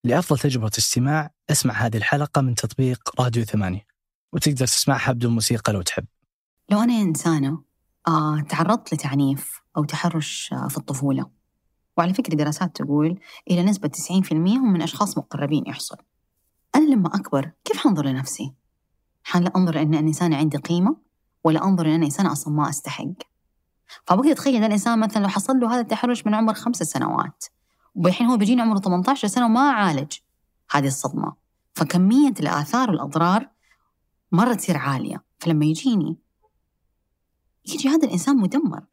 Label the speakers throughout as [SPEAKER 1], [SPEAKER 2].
[SPEAKER 1] لأفضل تجربة استماع اسمع هذه الحلقة من تطبيق راديو 8، وتقدر تسمعها بدون موسيقى لو تحب.
[SPEAKER 2] لو أنا إنسانة تعرضت لتعنيف أو تحرش في الطفولة، وعلى فكرة دراسات تقول إلى نسبة 90% هم من أشخاص مقربين يحصل، أنا لما أكبر كيف حنظر لنفسي؟ حنظر أن أنا إنسانة عندي قيمة، ولا أنظر أن أنا إنسانة أصلا ما أستحق؟ فبقدر أتخيل أن الإنسان مثلا لو حصل له هذا التحرش من عمر 5 سنوات، وبالحين هو بيجينا عمره 18 سنة وما عالج هذه الصدمة، فكمية الآثار والأضرار مرة تصير عالية. فلما يجي هذا الإنسان مدمر.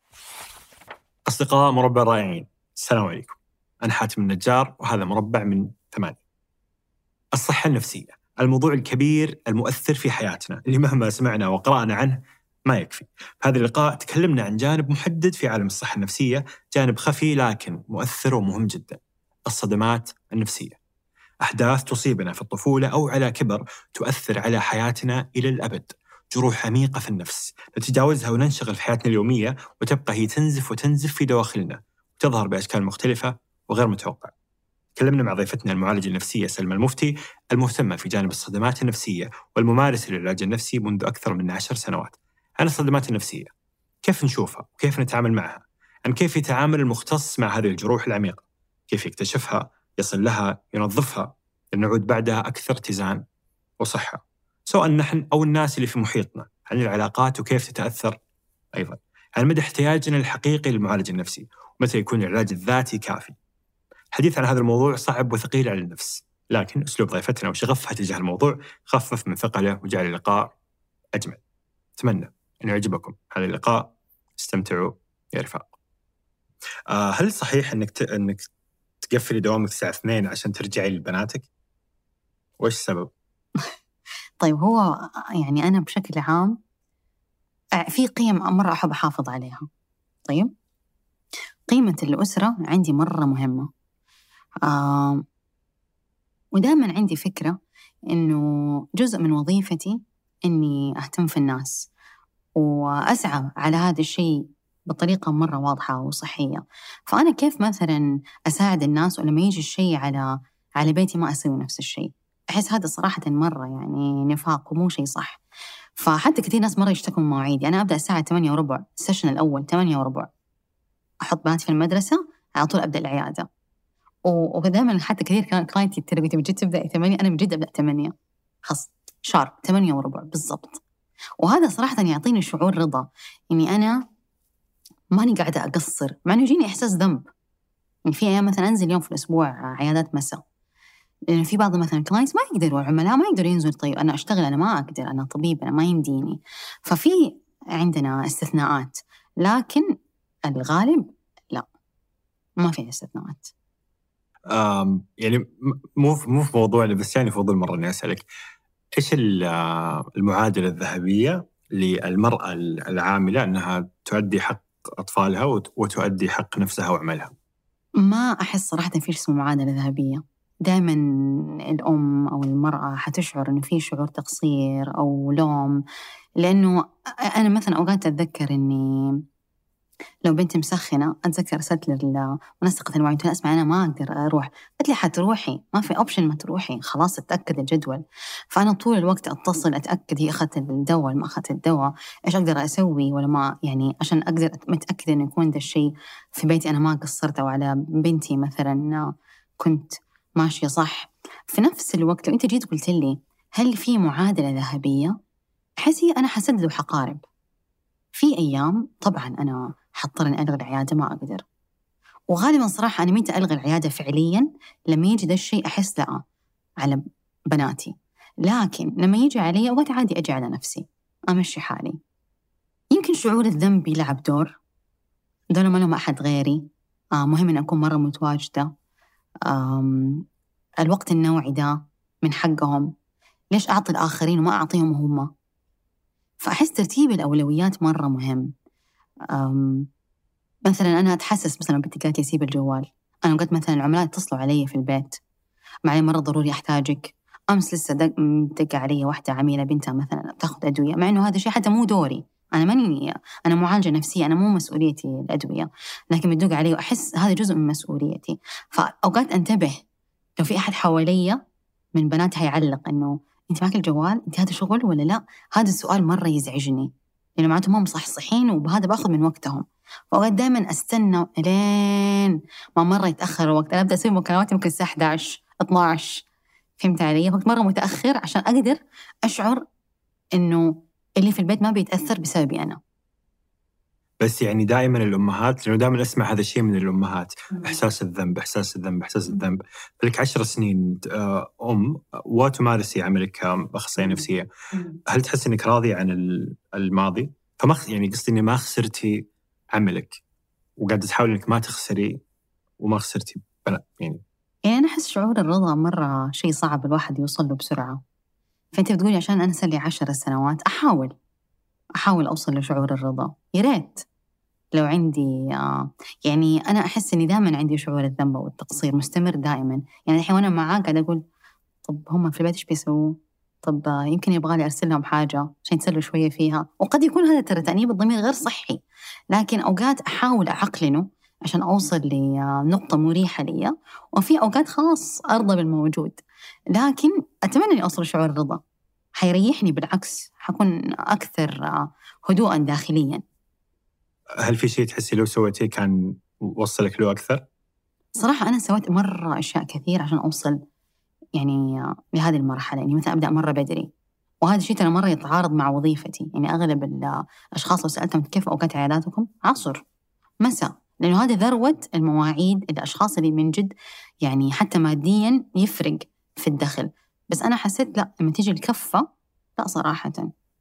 [SPEAKER 3] أصدقاء مربع رائعين، السلام عليكم. أنا حاتم النجار وهذا مربع من 8. الصحة النفسية، الموضوع الكبير المؤثر في حياتنا اللي مهما سمعنا وقرأنا عنه ما يكفي. في هذا اللقاء تكلمنا عن جانب محدد في عالم الصحة النفسية، جانب خفي لكن مؤثر ومهم جدا: الصدمات النفسية. أحداث تصيبنا في الطفولة أو على كبر تؤثر على حياتنا إلى الأبد، جروح عميقة في النفس نتجاوزها وننشغل في حياتنا اليومية، وتبقى هي تنزف في دواخلنا وتظهر بأشكال مختلفة وغير متوقعة. تكلمنا مع ضيفتنا المعالجة النفسية سلمى المفتي، المهتمة في جانب الصدمات النفسية والممارسة للعلاج النفسي منذ أكثر من 10 سنوات، عن الصدمات النفسية، كيف نشوفها وكيف نتعامل معها، عن كيف يتعامل المختص مع هذه الجروح العميقة، كيف يكتشفها، يصل لها، ينظفها لنعود بعدها أكثر اتزان وصحة، سواء نحن أو الناس اللي في محيطنا، عن العلاقات وكيف تتأثر، أيضا عن مدى احتياجنا الحقيقي للمعالج النفسي ومتى يكون العلاج الذاتي كافي. الحديث عن هذا الموضوع صعب وثقيل على النفس، لكن أسلوب ضيفتنا وشغفها تجاه الموضوع خفف من ثقله وجعل اللقاء أجمل. أتمنى أن يعجبكم هذا اللقاء، استمتعوا يا رفاق. هل صحيح أنك تقفلي دوامك الساعة 2 عشان ترجعي لبناتك؟ وإيش السبب؟
[SPEAKER 2] طيب، هو يعني أنا بشكل عام في قيم مرة أحب أحافظ عليها. طيب، قيمة الأسرة عندي مرة مهمة، ودائما عندي فكرة إنه جزء من وظيفتي إني أهتم في الناس، وأسعى على هذا الشيء بطريقة مرة واضحة وصحية. فأنا كيف مثلا أساعد الناس ولما يجي الشيء على بيتي ما أسوي نفس الشيء؟ أحس هذا صراحة مرة يعني نفاق ومو شيء صح. فحتى كثير ناس مرة يشتكوا من مواعيدي، أنا أبدأ الساعة 8:15، السيشن الأول 8:15، أحط بناتي في المدرسة على طول أبدأ العيادة. ودائما حتى كثير كان كلاينتي ترى بجد تبدأ 8، أنا بجد أبدأ 8 خلاص شارب 8:15 بالضبط. وهذا صراحة يعطيني شعور رضا إني أنا ماني قاعدة أقصر، مع إنه يجيني إحساس ذنب. يعني في أيام مثلا أنزل يوم في الأسبوع عيادات مساء، لأن في بعض مثلا كلاينتس ما يقدروا، العملاء ما يقدروا ينزلوا. طيب أنا أشتغل، أنا ما أقدر، أنا طبيب، أنا ما يمديني. ففي عندنا استثناءات، لكن الغالب لا، ما في استثناءات.
[SPEAKER 3] يعني مو في موضوعنا، بس يعني فضل مرة إني أسألك إيش المعادلة الذهبية للمرأة العاملة أنها تؤدي حق أطفالها وتؤدي حق نفسها وعملها؟
[SPEAKER 2] ما أحس صراحة في اسمه معادلة ذهبية. دائما الأم أو المرأة حتشعر إنه في شعور تقصير أو لوم، لأنه أنا مثلا أوقات أتذكر إني لو بنتي مسخنة أتذكر أرسلت لمنسقة المواعيد، قلت لها اسمع أنا ما أقدر أروح، قلت لي حتروحي، ما في أوبشن ما تروحي، خلاص اتأكد الجدول. فأنا طول الوقت أتصل أتأكد هي أخذت الدواء ما أخذت الدواء، إيش أقدر أسوي ولا ما، يعني عشان أقدر متأكد إنه يكون ده الشيء في بيتي أنا ما قصرت، أو على بنتي مثلا كنت ماشية صح. في نفس الوقت لو أنت جيت قلت لي هل في معادلة ذهبية، حسي أنا حسدد وحقارب. في أيام طبعاً أنا حضطر أن ألغي العيادة، ما أقدر. وغالباً صراحة أنا متى ألغي العيادة فعلياً لما يجي ده الشيء أحس لا على بناتي، لكن لما يجي علي أوقات عادي أجي على نفسي أمشي حالي. يمكن شعور الذنب يلعب دور، دول ما لهم أحد غيري، مهم أن أكون مرة متواجدة. الوقت النوعي ده من حقهم، ليش أعطي الآخرين وما أعطيهم هم؟ فأحس ترتيب الأولويات مرة مهم. مثلا أنا أتحسس مثلا بنتي قالت لي سيب الجوال، أنا قلت مثلا العملاء اتصلوا علي في البيت معي مرة ضروري أحتاجك. أمس لسه دق علي واحدة عميلة بنتها مثلا تأخذ أدوية، مع إنه هذا الشيء حتى مو دوري، أنا معالجة نفسية، أنا مو مسؤوليتي الأدوية، لكن بتدق علي وأحس هذا جزء من مسؤوليتي. فأوقات أنتبه لو في أحد حواليا من بنات هيعلق إنه أنت معك الجوال، أنت هذا شغل ولا لا؟ هذا السؤال مرة يزعجني، لأنه معناته ما مصحصحين وبهذا باخذ من وقتهم. فأوقات دائما أستنى لين ما مرة يتأخر الوقت. أنا أبدأ أسوي مكالماتي ممكن الساعة 11 12، فهمت علي؟ وقت مرة متأخر عشان أقدر أشعر إنه اللي في البيت ما بيتأثر بسببي أنا.
[SPEAKER 3] بس يعني دائما الأمهات، لأنه دائما أسمع هذا الشيء من الأمهات، إحساس الذنب إحساس الذنب إحساس الذنب. لك 10 سنين وتمارسي عملك كأخصائية نفسية، هل تحس إنك راضية عن الماضي؟ فما يعني قصدي إني ما خسرتي عملك وقاعدة تحاول إنك ما تخسري وما خسرتي يعني
[SPEAKER 2] أنا أحس شعور الرضا مرة شيء صعب الواحد يوصل له بسرعة. فأنت بتقولي عشان أنا صار لي 10 سنوات أحاول أوصل لشعور الرضا. يا ريت لو عندي يعني أنا أحس إني دائما عندي شعور الذنب والتقصير مستمر دائما. يعني الحين وأنا معاك قاعدة أقول طب هم في البيت إيش بيسووا؟ طب يمكن يبغالي أرسل لهم حاجة عشان يتسلوا شوية فيها. وقد يكون هذا ترى تأنيب الضمير غير صحي، لكن أوقات أحاول أعقلنه عشان أوصل لنقطة مريحة لي، وفي أوقات خلاص أرضى بالموجود. لكن أتمنى أني أوصل لشعور الرضا، حيريحني، بالعكس حكون أكثر هدوءا داخليا.
[SPEAKER 3] هل في شيء تحسي لو سويتيه كان وصلك له أكثر؟
[SPEAKER 2] صراحة أنا سويت مرة أشياء كثير عشان أوصل يعني لهذه المرحلة. يعني مثلا أبدأ مرة بدري، وهذا الشيء ترى مرة يتعارض مع وظيفتي. يعني أغلب الأشخاص لو سألتهم كيف أوقات عياداتكم، عصر مساء، لأنه هذا ذروة المواعيد الأشخاص اللي من جد يعني حتى ماديا يفرق في الدخل. بس أنا حسيت لا، لما تيجي الكفة لا صراحة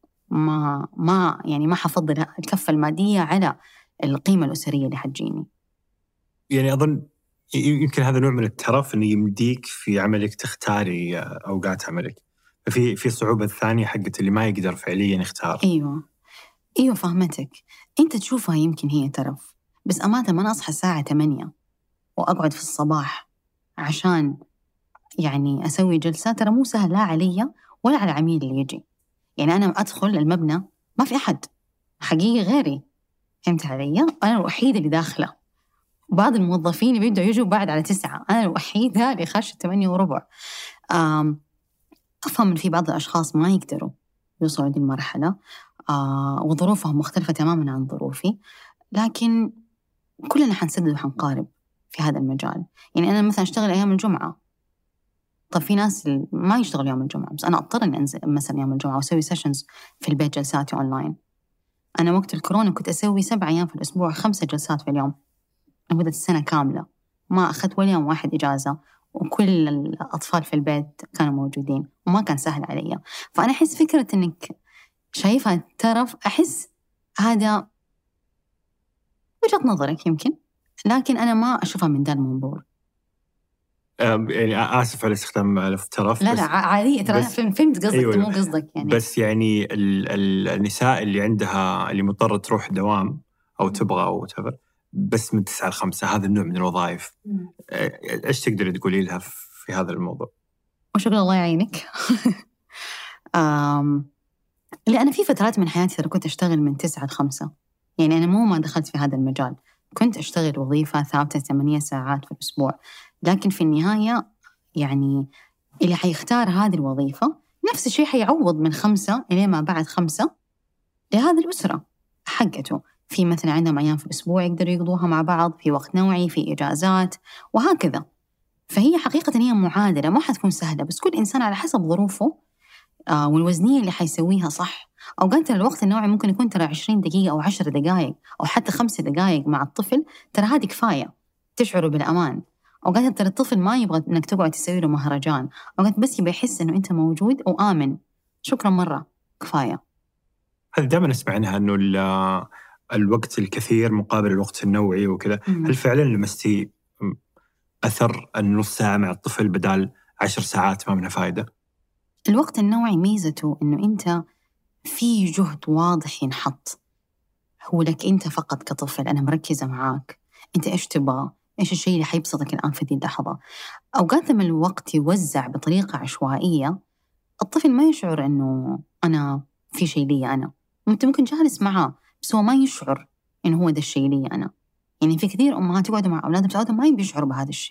[SPEAKER 2] ما حفضل الكفة المادية على القيمة الأسرية اللي حتجيني.
[SPEAKER 3] يعني أظن يمكن هذا نوع من الترف، إنه يمديك في عملك تختاري أوقات عملك. في صعوبة الثانية حقت اللي ما يقدر فعليا يختار.
[SPEAKER 2] أيوة فهمتك. أنت تشوفها يمكن هي ترف، بس أمانة ما أنا أصحى الساعة 8 وأقعد في الصباح عشان يعني أسوي جلسات، ترى مو سهل لا علي ولا على العميل اللي يجي. يعني أنا أدخل المبنى ما في أحد حقيقي غيري، فهمت علي؟ أنا الوحيدة اللي داخلة. بعض الموظفين بيبدأوا يجوا بعد على 9، أنا الوحيدة اللي خاشة 8:15. أفهم إن في بعض الأشخاص ما يقدروا يوصلوا هذه المرحلة، وظروفهم مختلفة تماماً عن ظروفي، لكن كلنا حنسدد وحنقارب في هذا المجال. يعني أنا مثلا أشتغل أيام الجمعة، طب في ناس ما يشتغل يوم الجمعة، بس أنا أضطر إني أنزل مثلا يوم الجمعة وأسوي سيشنز في البيت، جلساتي أونلاين. أنا وقت الكورونا كنت أسوي 7 أيام في الأسبوع 5 جلسات في اليوم لمدة السنة كاملة، ما أخذت ولا يوم واحد إجازة، وكل الأطفال في البيت كانوا موجودين وما كان سهل علي. فأنا أحس فكرة إنك شايفها ترف، أحس هذا وجهة نظرك يمكن، لكن أنا ما أشوفها من ذا المنظور.
[SPEAKER 3] يعني آسف على استخدام لفظ ترف.
[SPEAKER 2] لا عادي، ترى فهمت قصدك.
[SPEAKER 3] أيوة.
[SPEAKER 2] مو قصدك يعني.
[SPEAKER 3] بس يعني النساء اللي عندها اللي مضطرة تروح دوام أو تبغى أو تفر بس من 9 ل 5، هذا النوع من الوظائف، إيش تقدر تقولي لها في هذا الموضوع؟
[SPEAKER 2] وشكرا الله يعينك. لأن في فترات من حياتي كنت أشتغل من 9 ل 5. يعني أنا ما دخلت في هذا المجال، كنت أشتغل وظيفة ثابتة 8 ساعات في الأسبوع، لكن في النهاية يعني اللي حيختار هذه الوظيفة نفس الشيء حيعوض من 5 إلى ما بعد 5 لهذه الأسرة حقته. في مثلا عندهم أيام في الأسبوع يقدروا يقضوها مع بعض، في وقت نوعي، في إجازات وهكذا. فهي حقيقة هي معادلة ما حتكون سهلة، بس كل إنسان على حسب ظروفه والوزنية اللي حيسويها صح. أوقات الوقت النوعي ممكن يكون ترى 20 دقيقة أو 10 دقائق أو حتى 5 دقائق مع الطفل، ترى هذه كفاية تشعروا بالأمان. أوقات ترى الطفل ما يبغى إنك تقعد تسوي له مهرجان، أوقات بس يبغى يحس إنه أنت موجود وآمن. شكرا مرة كفاية.
[SPEAKER 3] هذا دائما نسمع عنها إنه الوقت الكثير مقابل الوقت النوعي وكذا. هل فعلا لمستي أثر النص ساعة مع الطفل بدال 10 ساعات ما منها فايدة؟
[SPEAKER 2] الوقت النوعي ميزته إنه أنت في جهد واضح ينحط، هو لك أنت فقط كطفل، أنا مركزة معاك، أنت إيش تبغى، إيش الشيء اللي حيبسطك الآن في دي اللحظة. أوقات لما الوقت يوزع بطريقة عشوائية الطفل ما يشعر إنه أنا في شيء لي أنا. أنت ممكن جالس معاه بس هو ما يشعر إنه هو ده الشيء لي أنا. يعني في كثير أمهات يقعدوا مع أولادهم بس أولادهم ما يشعروا بهذا الشيء،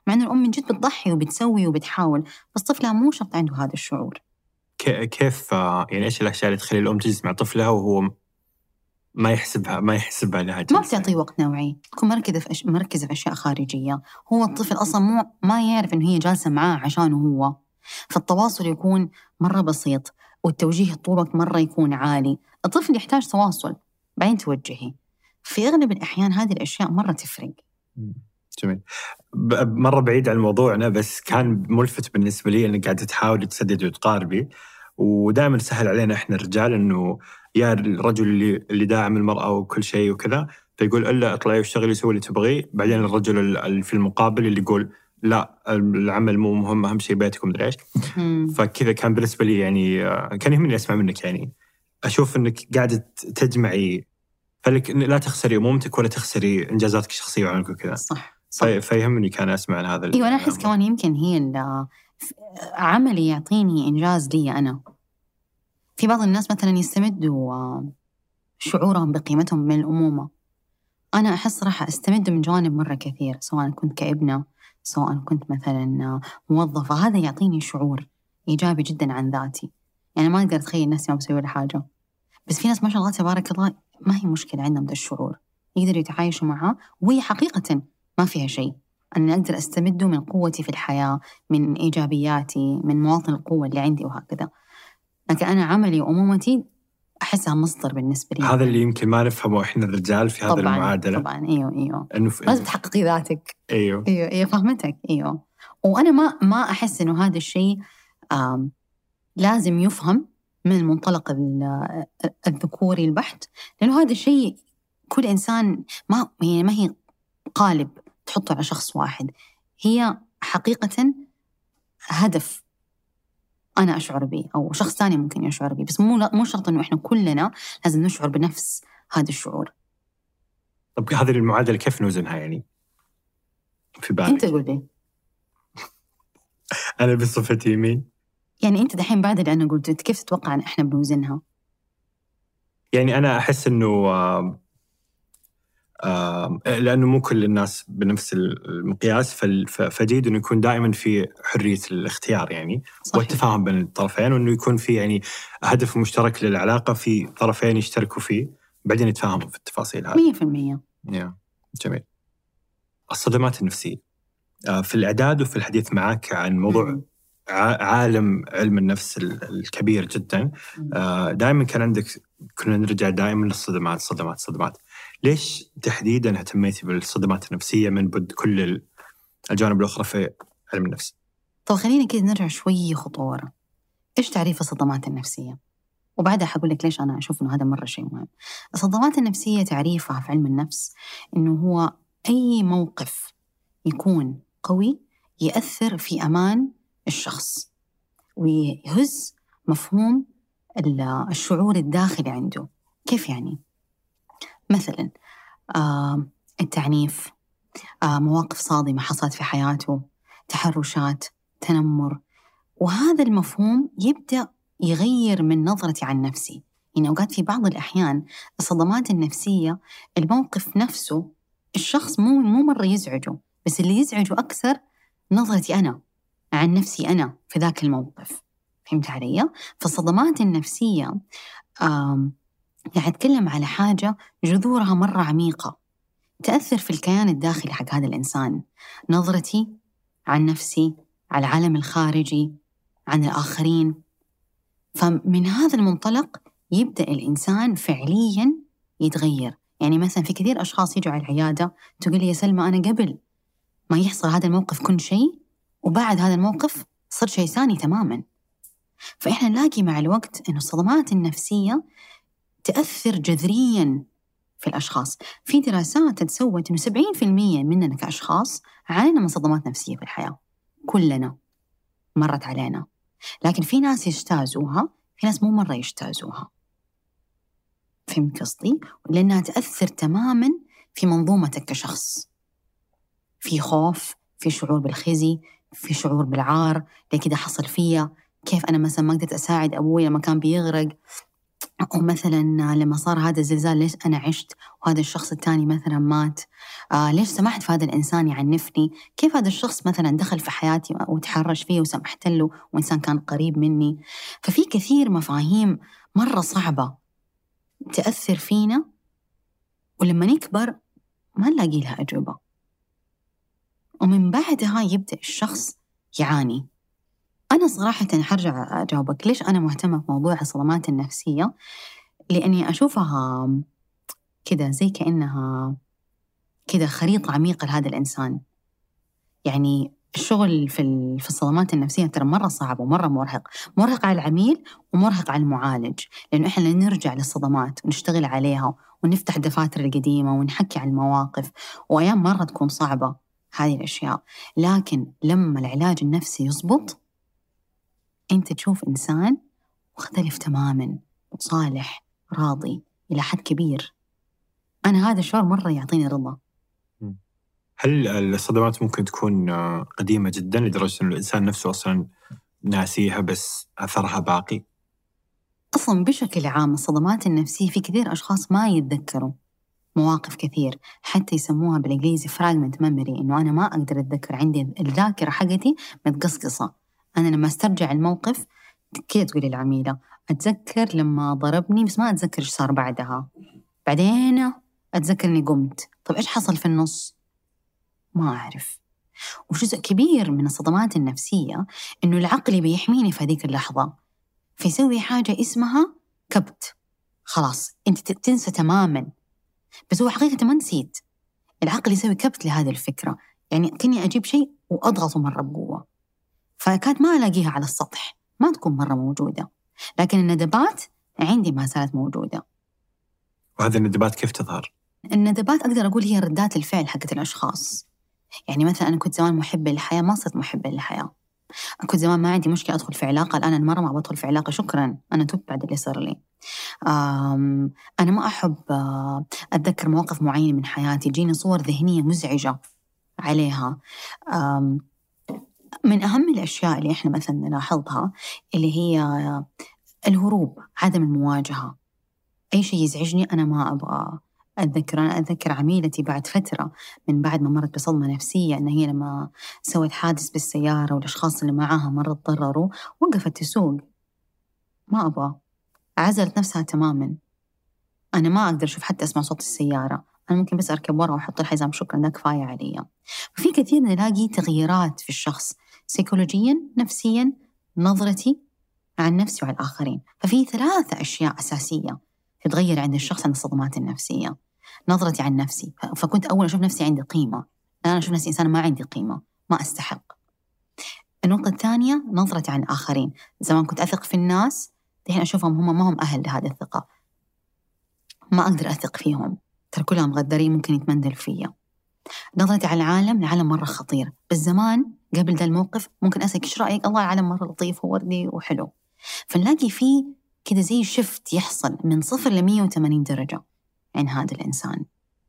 [SPEAKER 2] مع أن الأم من جد بتضحي وبتسوي وبتحاول، بس طفلها مو شرط عنده هذا الشعور.
[SPEAKER 3] كيف يعني إيش الأشياء اللي تخلي الأم تجلس مع طفلها وهو ما يحسبها لها جلسة؟
[SPEAKER 2] ما بتعطيه وقت نوعي، تكون مركزة في أشياء خارجية. هو الطفل أصلا ما يعرف إنه هي جالسة معاه عشانه هو، فالتواصل يكون مرة بسيط والتوجيه طول الوقت مرة يكون عالي. الطفل يحتاج تواصل بعدين توجهي. في أغلب الأحيان هذه الأشياء مرة تفرق.
[SPEAKER 3] جميل. مرة بعيد عن موضوعنا، بس كان ملفت بالنسبة لي أنك قاعدة تحاولي تسددي وتقاربي، ودائما سهل علينا إحنا الرجال أنه يا الرجل اللي داعم المرأة وكل شيء وكذا، فيقول إلا اطلعي واشتغلي سوي اللي تبغيه، بعدين الرجل اللي في المقابل اللي يقول لا العمل مو مهم، أهم شيء بيتكم مدري إيش. فكذا كان بالنسبة لي يعني كان يهمني أسمع منك، يعني أشوف أنك قاعدة تجمعي، فلك لا تخسري أمومتك ولا تخسري إنجازاتك الشخصية وعنك وكذا.
[SPEAKER 2] صح.
[SPEAKER 3] فيهمني كان أسمع عن هذا.
[SPEAKER 2] أيوة، أنا أحس كمان يمكن هي عملي يعطيني إنجاز لي أنا. في بعض الناس مثلا يستمدوا شعورهم بقيمتهم من الأمومة، أنا أحس راح أستمد من جوانب مرة كثير، سواء كنت كابنة، سواء كنت مثلا موظفة. هذا يعطيني شعور إيجابي جدا عن ذاتي. يعني ما أقدر أتخيل نفسي ما بسوي حاجة، بس في ناس ما شاء الله تبارك الله ما هي مشكلة عندهم ذا الشعور، يقدروا يتعايشوا معه، وهي حقيقة ما فيها شيء. أنا أقدر أستمده من قوتي في الحياة، من إيجابياتي، من مواطن القوة اللي عندي وهكذا. لكن أنا عملي وأمومتي أحسها مصدر بالنسبة لي.
[SPEAKER 3] هذا اللي يمكن ما نفهمه إحنا الرجال في هذا المعادلة.
[SPEAKER 2] طبعا أيوه
[SPEAKER 3] إنه
[SPEAKER 2] لازم تحققي ذاتك.
[SPEAKER 3] أيوه
[SPEAKER 2] فهمتك. وأنا ما أحس إنه هذا الشيء لازم يفهم من المنطلق الذكوري البحت، لأنه هذا الشيء كل إنسان ما هي قالب تحطه على شخص واحد، هي حقيقة هدف أنا أشعر به أو شخص ثاني ممكن يشعر به، بس مو شرط إنه إحنا كلنا لازم نشعر بنفس هذا الشعور.
[SPEAKER 3] طب هذه المعادلة كيف نوزنها يعني في بالك؟
[SPEAKER 2] أنت قول لي.
[SPEAKER 3] أنا بصفتي يمين.
[SPEAKER 2] يعني أنت دحين بعد اللي أنا قلت، كيف تتوقع أن إحنا بنوزنها؟
[SPEAKER 3] يعني أنا أحس إنه لأنه مو كل الناس بنفس المقياس، فجيد إنه يكون دائما في حرية الاختيار يعني. صحيح. والتفاهم بين الطرفين، وإنه يكون في يعني هدف مشترك للعلاقة في طرفين يشتركوا فيه، بعدين يتفاهموا في التفاصيل هذه.
[SPEAKER 2] 100%.
[SPEAKER 3] جميل. الصدمات النفسية في الإعداد وفي الحديث معك عن موضوع عالم علم النفس الكبير جدا، دائما كان عندك، كنا نرجع دائما للصدمات. ليش تحديدا اهتميتي بالصدمات النفسية من بد كل الجوانب الأخرى في علم النفس؟
[SPEAKER 2] طب خلينا كده نرجع شوي خطوة ورا. إيش تعريف الصدمات النفسية؟ وبعدها حقول لك ليش أنا أشوف إنه هذا مرة شيء مهم. الصدمات النفسية تعريفها في علم النفس إنه هو أي موقف يكون قوي يأثر في أمان الشخص ويهز مفهوم الشعور الداخلي عنده. كيف يعني؟ مثلا التعنيف، مواقف صادمة حصلت في حياته، تحرشات، تنمر، وهذا المفهوم يبدأ يغير من نظرتي عن نفسي. يعني أوقات في بعض الأحيان الصدمات النفسية الموقف نفسه الشخص مو مرة يزعجه، بس اللي يزعجه أكثر نظرتي أنا عن نفسي أنا في ذاك الموقف. فهمت علي؟ فالصدمات النفسية يعني أتكلم على حاجة جذورها مرة عميقة تأثر في الكيان الداخلي حق هذا الإنسان، نظرتي عن نفسي، على العالم الخارجي، عن الآخرين. فمن هذا المنطلق يبدأ الإنسان فعلياً يتغير. يعني مثلا في كثير أشخاص يجوا على العيادة تقول لي يا سلمى أنا قبل ما يحصل هذا الموقف كنت شيء، وبعد هذا الموقف صرت شيء ثاني تماماً. فإحنا نلاقي مع الوقت أن الصدمات النفسية تأثر جذرياً في الأشخاص. في دراسات تسوت أنه 70% مننا كأشخاص عانينا من صدمات نفسية في الحياة، كلنا مرت علينا. لكن في ناس يجتازوها، في ناس مو مرة يجتازوها. فهمت قصدي؟ لأنها تأثر تماماً في منظومتك كشخص. في خوف، في شعور بالخزي، في شعور بالعار، ليه كده حصل فيا، كيف أنا مثلا ما قدرت أساعد أبوي لما كان بيغرق، ومثلا لما صار هذا الزلزال ليش أنا عشت وهذا الشخص الثاني مثلا مات؟ ليش سمحت في هذا الإنسان يعنفني؟ كيف هذا الشخص مثلا دخل في حياتي وتحرش فيه وسمحت له وإنسان كان قريب مني؟ ففي كثير مفاهيم مرة صعبة تأثر فينا، ولما نكبر ما نلاقي لها أجوبة، ومن بعدها يبدأ الشخص يعاني. أنا صراحة حرجع أجاوبك ليش أنا مهتمة بموضوع الصدمات النفسية، لأني أشوفها كده زي كأنها كده خريطة عميقة لهذا الإنسان. يعني الشغل في الصدمات النفسية ترى مرة صعب ومرة مرهق على العميل ومرهق على المعالج، لأنه إحنا نرجع للصدمات ونشتغل عليها ونفتح دفاتر القديمة ونحكي عن المواقف، وأيام مرة تكون صعبة هذه الأشياء. لكن لما العلاج النفسي يضبط أنت تشوف إنسان مختلف تماماً، صالح راضي إلى حد كبير. أنا هذا الشعور مرة يعطيني رضا.
[SPEAKER 3] هل الصدمات ممكن تكون قديمة جدا لدرجة أن الإنسان نفسه أصلا ناسيها بس أثرها باقي؟
[SPEAKER 2] أصلا بشكل عام الصدمات النفسية في كثير أشخاص ما يتذكروا مواقف كثير، حتى يسموها بالإنجليزي fragment memory، إنه أنا ما أقدر أتذكر، عندي الذاكرة حقتي متقصقصة. أنا لما استرجع الموقف كده تقولي العميلة أتذكر لما ضربني بس ما أتذكر إيش صار بعدها، بعدين أتذكر إني قمت، طب إيش حصل في النص؟ ما أعرف. وجزء كبير من الصدمات النفسية إنه العقل بيحميني في هذيك اللحظة، فيسوي حاجة اسمها كبت، خلاص أنت تنسى تماماً، بس هو حقيقة ما نسيت. العقل يسوي كبت لهذه الفكرة، يعني كني أجيب شيء وأضغطه مرة بقوة، فكانت ما ألاقيها على السطح، ما تكون مرة موجودة، لكن الندبات عندي ما زالت موجودة.
[SPEAKER 3] وهذه الندبات كيف تظهر؟
[SPEAKER 2] الندبات أقدر أقول هي ردات الفعل حقت الأشخاص. يعني مثلا أنا كنت زمان محبة للحياة، ما صرت محبة للحياة. كنت زمان ما عندي مشكلة أدخل في علاقة، الآن أنا مرة ما بدخل في علاقة، شكرا أنا تبت بعد اللي صار لي. أنا ما أحب أتذكر مواقف معينة من حياتي، تجيني صور ذهنية مزعجة عليها. من أهم الأشياء اللي إحنا مثلا نلاحظها اللي هي الهروب، عدم المواجهة. أي شيء يزعجني أنا ما أبغى أتذكر. أنا أتذكر عميلتي بعد فترة من بعد ما مرت بصدمة نفسية، أن هي لما سوت حادث بالسيارة والأشخاص اللي معاها مرة تضرروا وقفت تسوق، ما أبغى، عزلت نفسها تماماً. أنا ما أقدر أشوف حتى أسمع صوت السيارة، أنا ممكن بس أركب ورا وأحط الحزام، شكراً ده كفاية عليا. وفي كثير نلاقي تغييرات في الشخص سيكولوجياً، نفسياً، نظرتي عن نفسي وعن الآخرين. ففي 3 أشياء أساسية تتغير عند الشخص عند الصدمات النفسية. نظرتي عن نفسي، فكنت أول أشوف نفسي عندي قيمة، أنا أشوف نفسي إنسان ما عندي قيمة، ما أستحق. النقطة الثانية نظرتي عن الآخرين، زمان كنت أثق في الناس، الحين أشوفهم هم ما هم أهل لهذه الثقة، ما أقدر أثق فيهم، ترى كلهم غدارين ممكن يتمندل فيا. نظرتي على العالم مرة خطير، بالزمان قبل ذا الموقف ممكن أسألك إيش رأيك، الله العالم مرة لطيف ووردي وحلو. فنلاقي فيه كده زي شفت يحصل من 0 ل 180 درجة عن هذا الإنسان.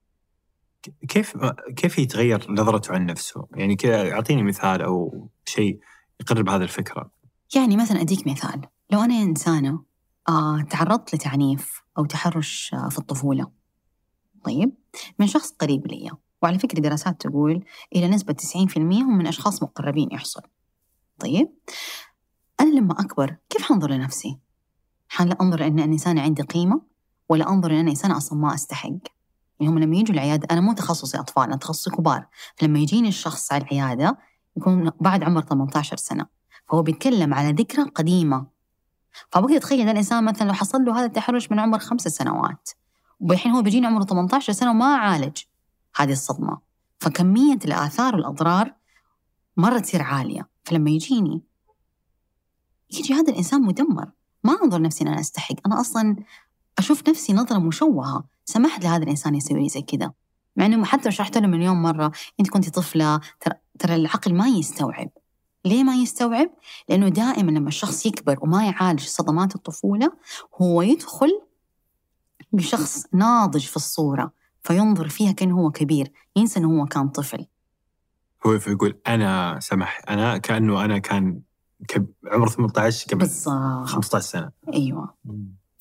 [SPEAKER 3] كيف يتغير نظرته عن نفسه؟ يعني كذا أعطيني مثال أو شيء يقرب هذه الفكرة.
[SPEAKER 2] يعني مثلا أديك مثال، لو أنا إنسانة تعرضت لتعنيف أو تحرش في الطفولة، طيب، من شخص قريب لي، وعلى فكرة دراسات تقول إلى نسبة 90% هم من أشخاص مقربين يحصل. طيب، أنا لما أكبر كيف حنظر لنفسي؟ أنظر أن إنسانة عندي قيمة، ولا أنظر أن إنسانة أصلا ما أستحق؟ يعني هم لما يجوا العيادة، أنا مو تخصصي أطفال، أنا تخصصي كبار، فلما يجيني الشخص على العيادة يكون بعد عمر 18 سنة، فهو بيتكلم على ذكرى قديمة. فبقي أتخيل الإنسان مثلا لو حصل له هذا التحرش من عمر 5 سنوات، وبالحين هو بيجيني عمره 18 سنة وما عالج هذه الصدمة، فكمية الآثار والأضرار مرة تصير عالية. فلما يجي هذا الإنسان مدمر، ما أنظر نفسي أن أنا أستحق، أنا أصلا أشوف نفسي نظرة مشوهة، سمحت لهذا الإنسان يسوي لي زي كذا، مع أنه حتى شرحت له مليون مرة أنت كنت طفلة، ترى العقل ما يستوعب. ليه ما يستوعب؟ لأنه دائما لما الشخص يكبر وما يعالج صدمات الطفولة، هو يدخل بشخص ناضج في الصورة، فينظر فيها كأنه هو كبير، ينسى أنه هو كان طفل.
[SPEAKER 3] هو يقول أنا أنا كأنه أنا كان عمر 18 قبل 15 سنة.
[SPEAKER 2] أيوة.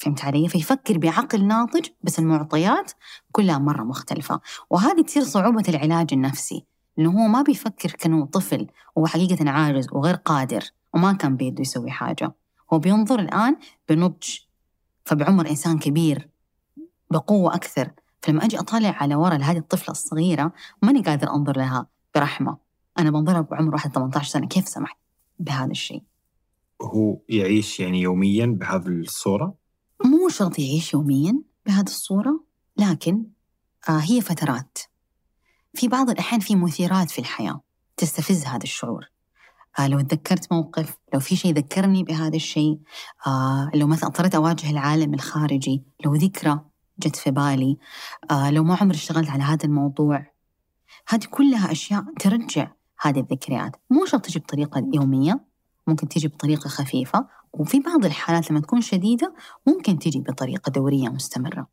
[SPEAKER 2] فهمت علي؟ فيفكر بعقل ناضج بس المعطيات كلها مرة مختلفة. وهذه تصير صعوبة العلاج النفسي، إنه هو ما بيفكر كأنه طفل وهو حقيقة عاجز وغير قادر وما كان بيده يسوي حاجة. هو بينظر الآن بنضج، فبعمر إنسان كبير بقوة أكثر. فلما أجي أطالع على وراء هذه الطفلة الصغيرة ماني قادر أنظر لها برحمة، أنا بنظرها بعمر 18 سنة، كيف سمحت بهذا الشيء؟
[SPEAKER 3] هو يعيش يعني يوميا بهذه الصورة؟
[SPEAKER 2] مو شرط يعيش يوميا بهذه الصورة، لكن هي فترات. في بعض الأحيان في مثيرات في الحياة تستفز هذا الشعور. لو تذكرت موقف، لو في شيء ذكرني بهذا الشيء، لو مثلا اضطريت أواجه العالم الخارجي، لو ذكرى جت في بالي، لو ما عمري اشتغلت على هذا الموضوع، هذه كلها أشياء ترجع هذه الذكريات. مو شرط تجي بطريقة يومية، ممكن تيجي بطريقة خفيفة، وفي بعض الحالات لما تكون شديدة ممكن تيجي بطريقة دورية مستمرة.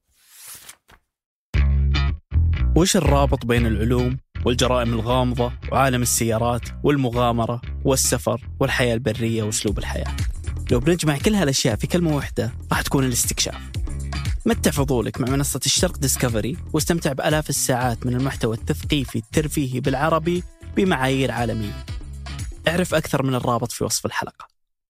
[SPEAKER 4] وش الرابط بين العلوم والجرائم الغامضة وعالم السيارات والمغامرة والسفر والحياة البرية وأسلوب الحياة؟ لو بنجمع كل هالأشياء في كلمة واحدة راح تكون الاستكشاف. متع فضولك مع منصة الشرق ديسكفري واستمتع بآلاف الساعات من المحتوى التثقيفي الترفيهي بالعربي بمعايير عالمية. اعرف أكثر من الرابط في وصف الحلقة.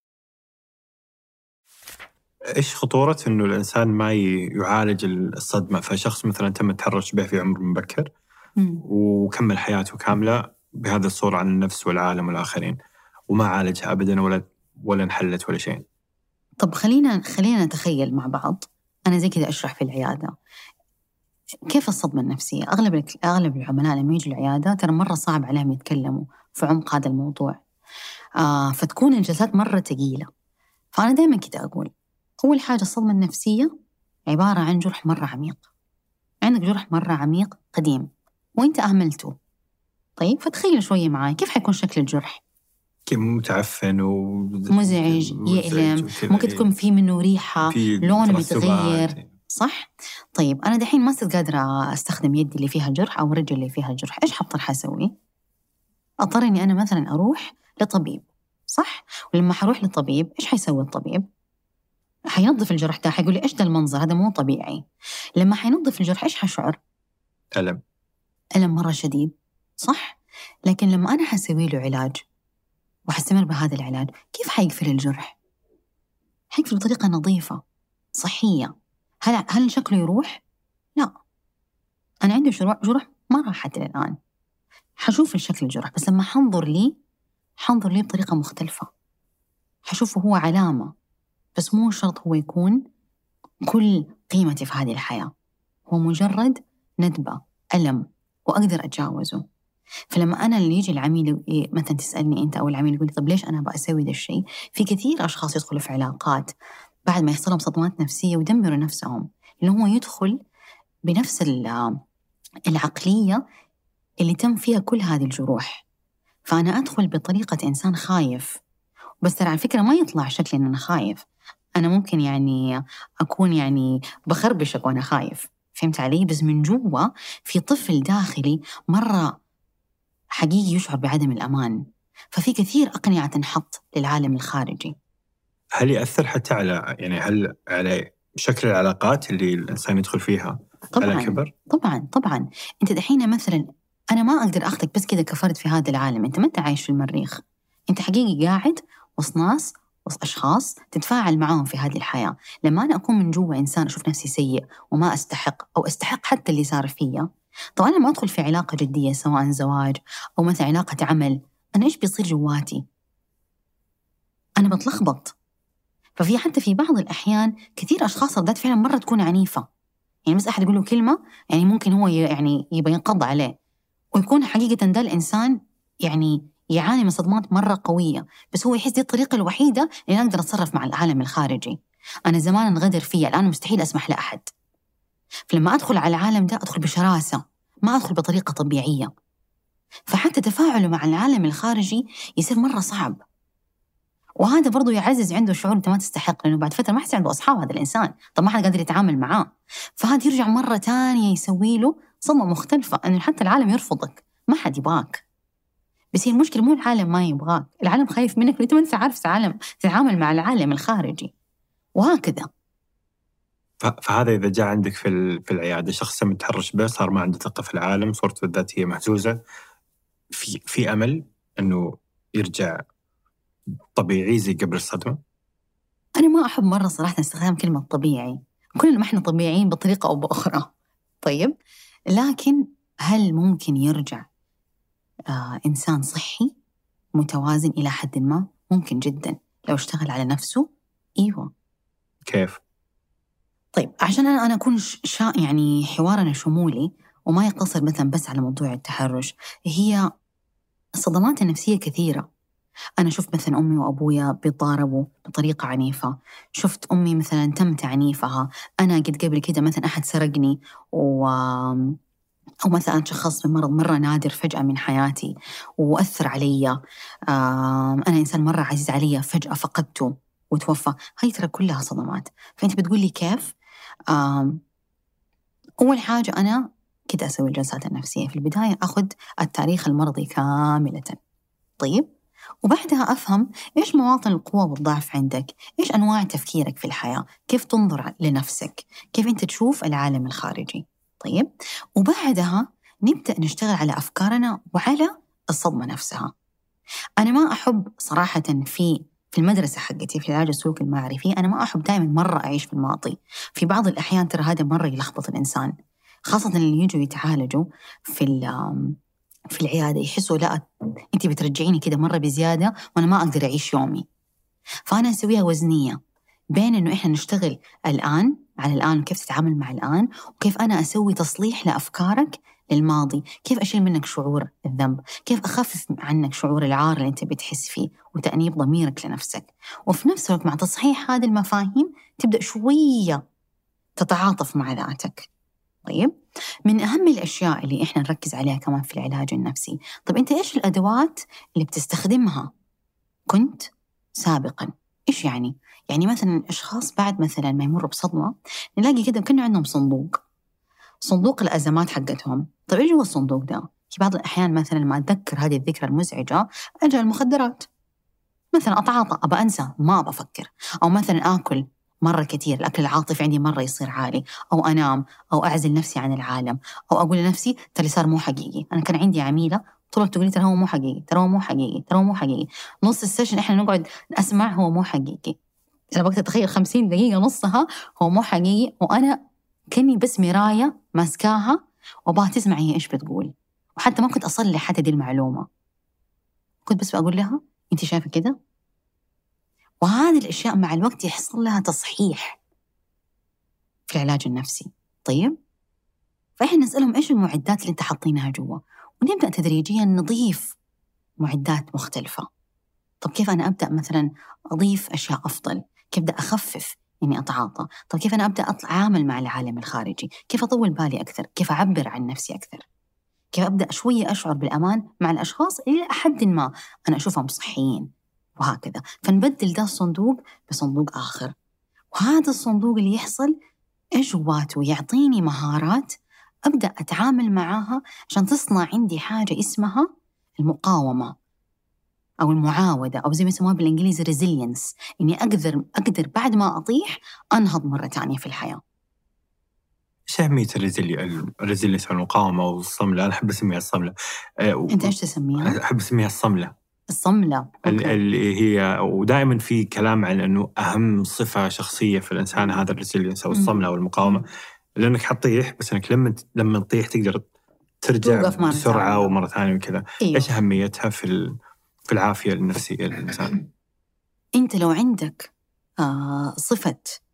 [SPEAKER 3] إيش خطورة إنه الإنسان ما يعالج الصدمة؟ فشخص مثلا تم التحرش به في عمر مبكر وكمل حياته كاملة بهذه الصورة عن النفس والعالم والآخرين وما عالجها أبدا ولا انحلت ولا شيء.
[SPEAKER 2] طب خلينا نتخيل مع بعض. أنا زي كذا أشرح في العيادة كيف الصدمة النفسية. أغلب العملاء لما يجوا العيادة ترى مرة صعب عليهم يتكلموا في عمق هذا الموضوع، فتكون الجلسات مرة ثقيلة. فأنا دائما كده أقول أول حاجة الصدمة النفسية عبارة عن جرح مرة عميق. عندك جرح مرة عميق قديم وإنت أهملته. طيب فتخيل شوية معاي كيف حيكون شكل الجرح.
[SPEAKER 3] كيف متعفن
[SPEAKER 2] ومزعج يألم، ممكن تكون فيه منه ريحة، لونه بيتغير، صح؟ طيب أنا دحين ما صرت قادرة أستخدم يدي اللي فيها جرح أو رجلي اللي فيها جرح، إيش حضطر أسوي؟ أضطر إني أنا مثلا أروح لطبيب، صح؟ ولما حروح للطبيب إيش حيسوي الطبيب؟ حينظف الجرح ده، حيقول لي إيش ده المنظر، هذا مو طبيعي. لما حينظف الجرح إيش حشعر؟
[SPEAKER 3] ألم
[SPEAKER 2] مرة شديد، صح؟ لكن لما أنا حسوي له علاج وحستمر بهذا العلاج، كيف حيقفل الجرح؟ حيقفل بطريقة نظيفة صحية. هل شكله يروح؟ لا، أنا عندي جروح ما راحت الآن، حشوف الشكل الجرح، بس لما حنظر لي بطريقة مختلفة. حشوفه هو علامة، بس مو شرط هو يكون كل قيمتي في هذه الحياة. هو مجرد ندبة ألم وأقدر أتجاوزه. فلما أنا اللي يجي العميل مثلا تسألني أنت أو العميل يقول لي طب ليش أنا بأسوي ذا الشيء؟ في كثير أشخاص يدخلوا في علاقات بعد ما يحصلهم صدمات نفسية ويدمروا نفسهم، لأنه هو يدخل بنفس العقلية اللي تم فيها كل هذه الجروح. فأنا أدخل بطريقة إنسان خايف، بس ترى على فكرة ما يطلع شكلي إن أنا خايف. أنا ممكن يعني أكون يعني بخربشك وأنا خايف، فهمت علي؟ بس من جوا في طفل داخلي مرة حقيقي يشعر بعدم الأمان. ففي كثير أقنعة تنحط للعالم الخارجي.
[SPEAKER 3] هل يأثر حتى هل على شكل العلاقات اللي الإنسان يدخل فيها على كبر؟
[SPEAKER 2] طبعا. أنت دحين مثلا أنا ما أقدر أخذك بس كذا كفرت في هذا العالم. أنت ما أنت عايش في المريخ، أنت حقيقي قاعد وسط ناس وسط أشخاص تتفاعل معهم في هذه الحياة. لما أنا أكون من جوا إنسان أشوف نفسي سيء وما أستحق أو أستحق حتى اللي صار فيا، طبعا لما أدخل في علاقة جدية سواء زواج أو مثلا علاقة عمل، أنا إيش بيصير جواتي؟ أنا بتلخبط. ففي حتى في بعض الأحيان كثير أشخاص ردات فعلا مرة تكون عنيفة. يعني بس أحد يقول له كلمة يعني ممكن هو يعني يبقى ينقض عليه، ويكون حقيقة ده الإنسان يعني يعاني من صدمات مرة قوية، بس هو يحس دي الطريقة الوحيدة اللي أقدر أتصرف مع العالم الخارجي. أنا زمان انغدر فيها، الآن مستحيل أسمح لأحد. فلما أدخل على العالم ده أدخل بشراسة، ما أدخل بطريقة طبيعية. فحتى تفاعله مع العالم الخارجي يصير مرة صعب. وهذا برضو يعزز عنده شعور أنت ما تستحق، لأنه بعد فترة ما حس عنده أصحاب هذا الإنسان، طب ما حد قادر يتعامل معاه. فهذا يرجع مرة تانية يسوي له صدمة مختلفة، أنه حتى العالم يرفضك، ما حد يبغاك. بس هي المشكلة مو العالم ما يبغاك، العالم خايف منك وأنت ما أنت عارف تتعامل مع العالم الخارجي، وهكذا.
[SPEAKER 3] فهذا إذا جاء عندك في العيادة شخص متحرش به، صار ما عنده ثقة في العالم، صورته الذاتية مهزوزة، في أمل أنه يرجع طبيعي زي قبل الصدمة؟
[SPEAKER 2] أنا ما أحب مرة صراحة استخدام كلمة طبيعي، كلنا ما إحنا طبيعيين بطريقة أو بأخرى. طيب، لكن هل ممكن يرجع إنسان صحي متوازن إلى حد ما؟ ممكن جدا لو اشتغل على نفسه. إيوه.
[SPEAKER 3] كيف؟
[SPEAKER 2] طيب، عشان أنا أكون يعني حوارنا شمولي وما يقتصر مثلا بس على موضوع التحرش، هي الصدمات النفسية كثيرة. أنا شفت مثلا أمي وأبويا بيتضاربوا بطريقة عنيفة، شفت أمي مثلا تم تعنيفها، أنا قد قبل كده مثلا أحد سرقني أو مثلا شخص بمرض مرة نادر فجأة من حياتي وأثر علي، أنا إنسان مرة عزيز علي فجأة فقدته وتوفى. هاي ترى كلها صدمات. فأنت بتقولي كيف؟ أول حاجة أنا كده أسوي الجلسات النفسية في البداية، أخذ التاريخ المرضي كاملة. طيب، وبعدها أفهم إيش مواطن القوة والضعف عندك، إيش أنواع تفكيرك في الحياة، كيف تنظر لنفسك، كيف أنت تشوف العالم الخارجي. طيب، وبعدها نبدأ نشتغل على أفكارنا وعلى الصدمة نفسها. أنا ما أحب صراحة في المدرسة حقتي في العلاج السلوكي المعرفي، أنا ما أحب دائما مرة أعيش في الماضي. في بعض الأحيان ترى هذا مرة يلخبط الإنسان، خاصة اللي يجوا يتعالجوا في العيادة، يحسوا لا أنت بترجعيني كده مرة بزيادة وأنا ما أقدر أعيش يومي. فأنا أسويها وزنية بين إنه إحنا نشتغل الآن على الآن وكيف تتعامل مع الآن، وكيف أنا أسوي تصليح لأفكارك للماضي، كيف أشيل منك شعور الذنب، كيف أخفف عنك شعور العار اللي أنت بتحس فيه وتأنيب ضميرك لنفسك. وفي نفس الوقت مع تصحيح هذه المفاهيم تبدأ شوية تتعاطف مع ذاتك. طيب، من أهم الأشياء اللي إحنا نركز عليها كمان في العلاج النفسي، طب أنت إيش الأدوات اللي بتستخدمها كنت سابقاً؟ إيش يعني؟ يعني مثلاً الأشخاص بعد مثلاً ما يمروا بصدمة نلاقي كده كأنه عندهم صندوق الأزمات حقتهم. طب إيش هو الصندوق ده؟ في بعض الأحيان مثلاً ما أتذكر هذه الذكرى المزعجة، أجل المخدرات مثلاً، أتعاطى، أبى أنسى، ما بفكر. أو مثلاً آكل مرة كتير، الأكل العاطفي عندي مرة يصير عالي، أو أنام، أو أعزل نفسي عن العالم، أو أقول لنفسي ترى صار مو حقيقي. أنا كان عندي عميلة طول الوقت تقولي ترى هو مو حقيقي، ترى هو مو حقيقي، ترى هو مو حقيقي. نص السيشن إحنا نقعد نسمع هو مو حقيقي. أنا بقدر أتخيل 50 دقيقة نصها هو مو حقيقي، وأنا كني بس مراية ماسكاها وباها تسمع هي إيش بتقول. وحتى ما كنت أصلح حتى دي المعلومة، كنت بس بقول لها أنت شايفة كده. وهذه الأشياء مع الوقت يحصل لها تصحيح في العلاج النفسي. طيب، فإحنا نسألهم إيش المعدات اللي أنت حاطينها جوا، ونبدأ تدريجيا نضيف معدات مختلفة. طب كيف أنا أبدأ مثلا أضيف أشياء أفضل؟ كيف أبدأ أخفف إني أتعاطى؟ طب كيف أنا أبدأ أتعامل مع العالم الخارجي؟ كيف أطول بالي أكثر؟ كيف أعبر عن نفسي أكثر؟ كيف أبدأ شوية أشعر بالأمان مع الأشخاص اللي أحد ما أنا أشوفهم صحيين؟ وهكذا. فنبدل ده الصندوق بصندوق آخر، وهذا الصندوق اللي يحصل إيش جواته يعطيني مهارات أبدأ أتعامل معاها عشان تصنع عندي حاجة اسمها المقاومة أو المعاودة، أو زي ما يسموها بالإنجليزي resilience، إني أقدر بعد ما أطيح أنهض مرة تانية في الحياة.
[SPEAKER 3] إيش أهمية الريزيلينس أو المقاومة أو الصملة؟ أنا أحب أسميها الصملة.
[SPEAKER 2] أنت إيش تسميها؟
[SPEAKER 3] أحب أسميها الصملة.
[SPEAKER 2] اللي
[SPEAKER 3] هي، ودائما في كلام عن أنه أهم صفة شخصية في الإنسان هذا الريزيلينس أو الصملة أو المقاومة، لأنك حطيح بس أنك لما تطيح تقدر ترجع بسرعة ومرة ثانية وكذا.
[SPEAKER 2] إيوه.
[SPEAKER 3] إيش أهميتها في العافية النفسية للإنسان؟
[SPEAKER 2] أنت لو عندك صفة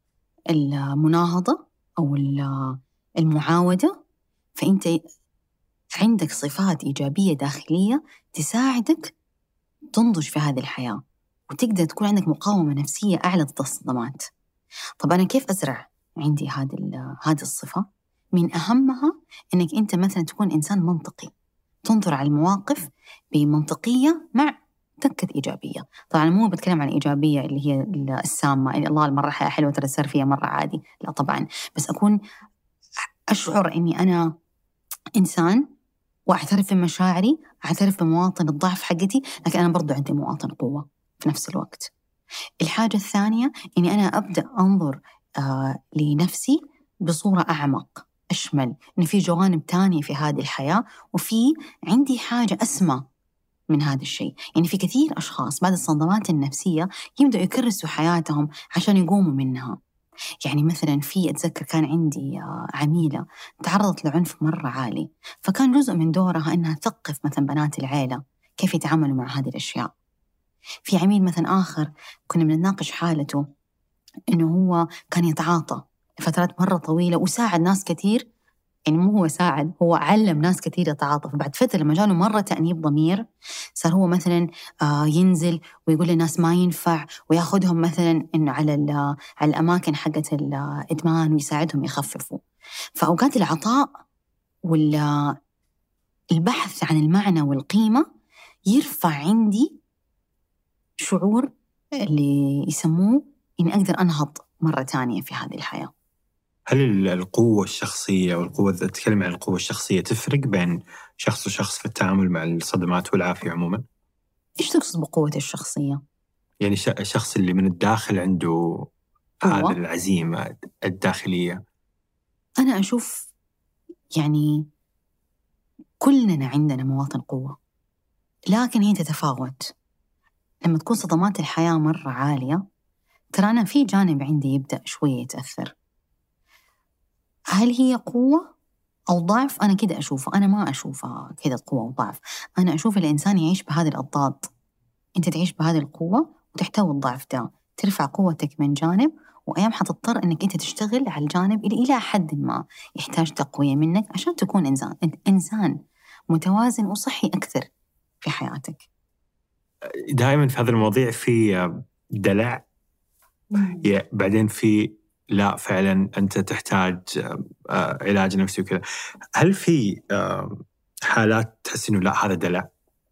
[SPEAKER 2] المناهضة أو المعاودة، فأنت عندك صفات إيجابية داخلية تساعدك تنضج في هذه الحياة وتقدر تكون عندك مقاومة نفسية أعلى ضد الصدمات. طب أنا كيف أزرع عندي هذه الصفة؟ من أهمها أنك أنت مثلا تكون إنسان منطقي، تنظر على المواقف بمنطقية مع تكة إيجابية. طبعا مو بتكلم عن إيجابية اللي هي السامة اللي الله المرة حلوة ترى صار فيها مرة عادي، لا طبعا، بس أكون أشعر أني أنا إنسان وأعترف بمشاعري، أعترف بمواطن الضعف حقتي، لكن أنا برضو عندي مواطن قوة في نفس الوقت. الحاجة الثانية إني أنا أبدأ أنظر لنفسي بصورة أعمق أشمل، إن في جوانب تانية في هذه الحياة، وفي عندي حاجة أسمى من هذا الشيء. يعني في كثير أشخاص بعد الصدمات النفسية يبدأوا يكرسوا حياتهم عشان يقوموا منها. يعني مثلا أتذكر كان عندي عميلة تعرضت لعنف مرة عالي، فكان جزء من دورها أنها تثقف مثلا بنات العيلة كيف يتعاملوا مع هذه الأشياء. في عميل مثلا آخر كنا بنناقش حالته إنه هو كان يتعاطى لفترات مرة طويلة وساعد ناس كثير، يعني مو هو ساعد، هو علم ناس كثير يتعاطى. فبعد فترة لما جاله مرة تأنيب ضمير صار هو مثلا ينزل ويقول للناس ما ينفع، وياخدهم مثلا إنه على الأماكن حقت الإدمان ويساعدهم يخففوا. فأوقات العطاء والبحث عن المعنى والقيمة يرفع عندي شعور اللي يسموه إني أقدر أنهض مرة تانية في هذه الحياة.
[SPEAKER 3] هل القوة الشخصية والقوة تتكلم عن القوة الشخصية تفرق بين شخص وشخص في التعامل مع الصدمات والعافية عموما؟
[SPEAKER 2] إيش تقصد بقوة الشخصية؟
[SPEAKER 3] يعني الشخص اللي من الداخل عنده هذا العزيمة الداخلية.
[SPEAKER 2] أنا أشوف يعني كلنا عندنا مواطن قوة، لكن هي تتفاوت. لما تكون صدمات الحياة مرة عالية ترى أنا في جانب عندي يبدأ شوية يتأثر. هل هي قوة أو ضعف؟ أنا كده أشوفه، أنا ما أشوفها كده قوة أو ضعف. أنا أشوف الإنسان يعيش بهذه الأضداد، أنت تعيش بهذه القوة وتحتوي الضعف ده، ترفع قوتك من جانب، وأيام حتضطر أنك أنت تشتغل على الجانب اللي إلى حد ما يحتاج تقوية منك عشان تكون إنسان متوازن وصحي أكثر في حياتك.
[SPEAKER 3] دائما في هذا المواضيع في دلع، بعدين في لا فعلا أنت تحتاج علاج نفسي وكذا. هل في حالات تحس إنه لا هذا دلع؟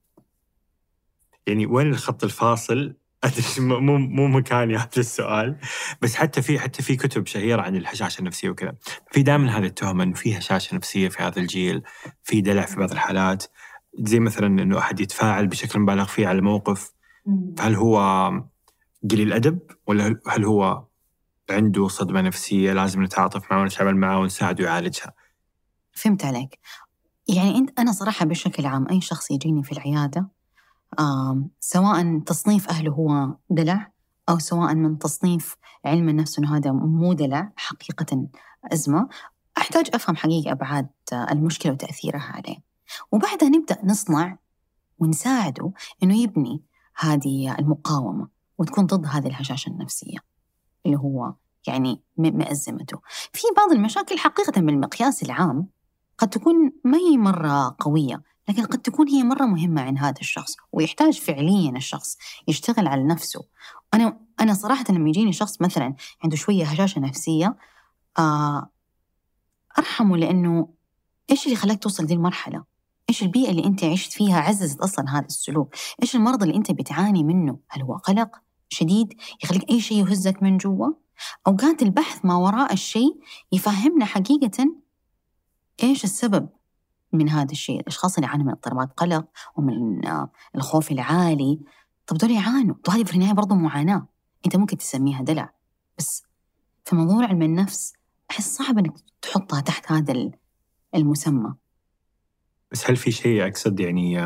[SPEAKER 3] يعني وين الخط الفاصل؟ مو مكاني هذا السؤال، بس حتى في كتب شهيرة عن الهشاشة النفسية وكذا، في دائما هذا التهم إنه في هشاشة نفسية في هذا الجيل، في دلع في بعض الحالات، زي مثلا إنه أحد يتفاعل بشكل مبالغ فيه على موقف. فهل هو قليل أدب، ولا هل هو عنده صدمة نفسية لازم نتعاطف معه ونتعامل معه ونساعده يعالجها؟
[SPEAKER 2] فهمت عليك. يعني أنا صراحة بشكل عام أي شخص يجيني في العيادة سواء تصنيف أهله هو دلع أو سواء من تصنيف علم النفس أنه هذا مو دلع حقيقة أزمة، أحتاج أفهم حقيقة أبعاد المشكلة وتأثيرها عليه، وبعدها نبدأ نصنع ونساعده أنه يبني هذه المقاومة وتكون ضد هذه الهشاشة النفسية اللي هو يعني مأزمته. في بعض المشاكل حقيقة بالمقياس العام قد تكون ما هي مرة قوية، لكن قد تكون هي مرة مهمة عند هذا الشخص ويحتاج فعليا الشخص يشتغل على نفسه. أنا صراحة لما يجيني شخص مثلا عنده شوية هشاشة نفسية أرحمه، لأنه إيش اللي خلاك توصل دي المرحلة؟ إيش البيئة اللي أنت عشت فيها عززت أصلا هذا السلوك؟ إيش المرض اللي أنت بتعاني منه؟ هل هو قلق شديد يخليك أي شيء يهزك من جوا؟ أوقات البحث ما وراء الشيء يفهمنا حقيقة إيش السبب من هذا الشيء. الأشخاص اللي يعانوا من اضطرابات قلق ومن الخوف العالي، طب دول يعانوا، وهذه في النهاية برضو معاناة، أنت ممكن تسميها دلع، بس في موضوع علم النفس أحس صعب أنك تحطها تحت هذا المسمى.
[SPEAKER 3] بس هل في شيء أقصد يعني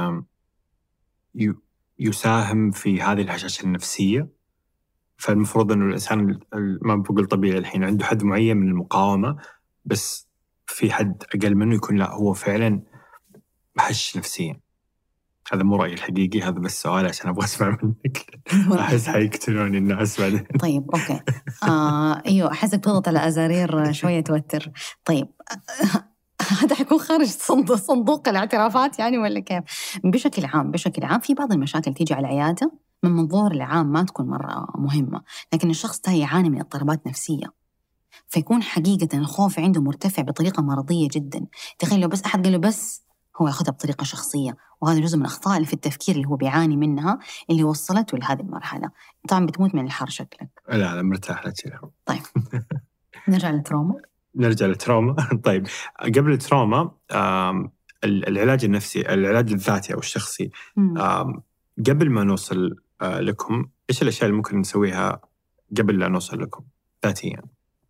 [SPEAKER 3] يساهم في هذه الهشاشة النفسية؟ فالمفروض أنه الإنسان ما بقول طبيعي الحين عنده حد معين من المقاومة، بس في حد أقل منه يكون لا هو فعلا هش نفسيا. هذا مو رأيي الحقيقي، هذا بس سؤال عشان أبغى أسمع منك. أحس حيقتلوني الناس بعدين.
[SPEAKER 2] طيب أوكي. أيوة أحسك تضغط على أزارير شوية توتر. طيب هذا حيكون خارج صندوق الاعترافات يعني ولا كيف؟ بشكل عام في بعض المشاكل تيجي على العيادة من منظور العام ما تكون مرة مهمة، لكن الشخص ده يعاني من اضطرابات نفسية، فيكون حقيقة الخوف عنده مرتفع بطريقة مرضية جدا. تخيل لو بس أحد قال له بس، هو يأخذها بطريقة شخصية، وهذا جزء من الأخطاء اللي في التفكير اللي هو بيعاني منها اللي وصلته لهذه المرحلة. طبعا بتموت من الحر شكلك.
[SPEAKER 3] لا مرتاح لا تشيلها.
[SPEAKER 2] طيب نرجع للتروما.
[SPEAKER 3] طيب قبل التروما العلاج النفسي، العلاج الذاتي أو الشخصي، قبل ما نوصل لكم إيش الأشياء اللي ممكن نسويها قبل لا نوصل لكم ذاتيا؟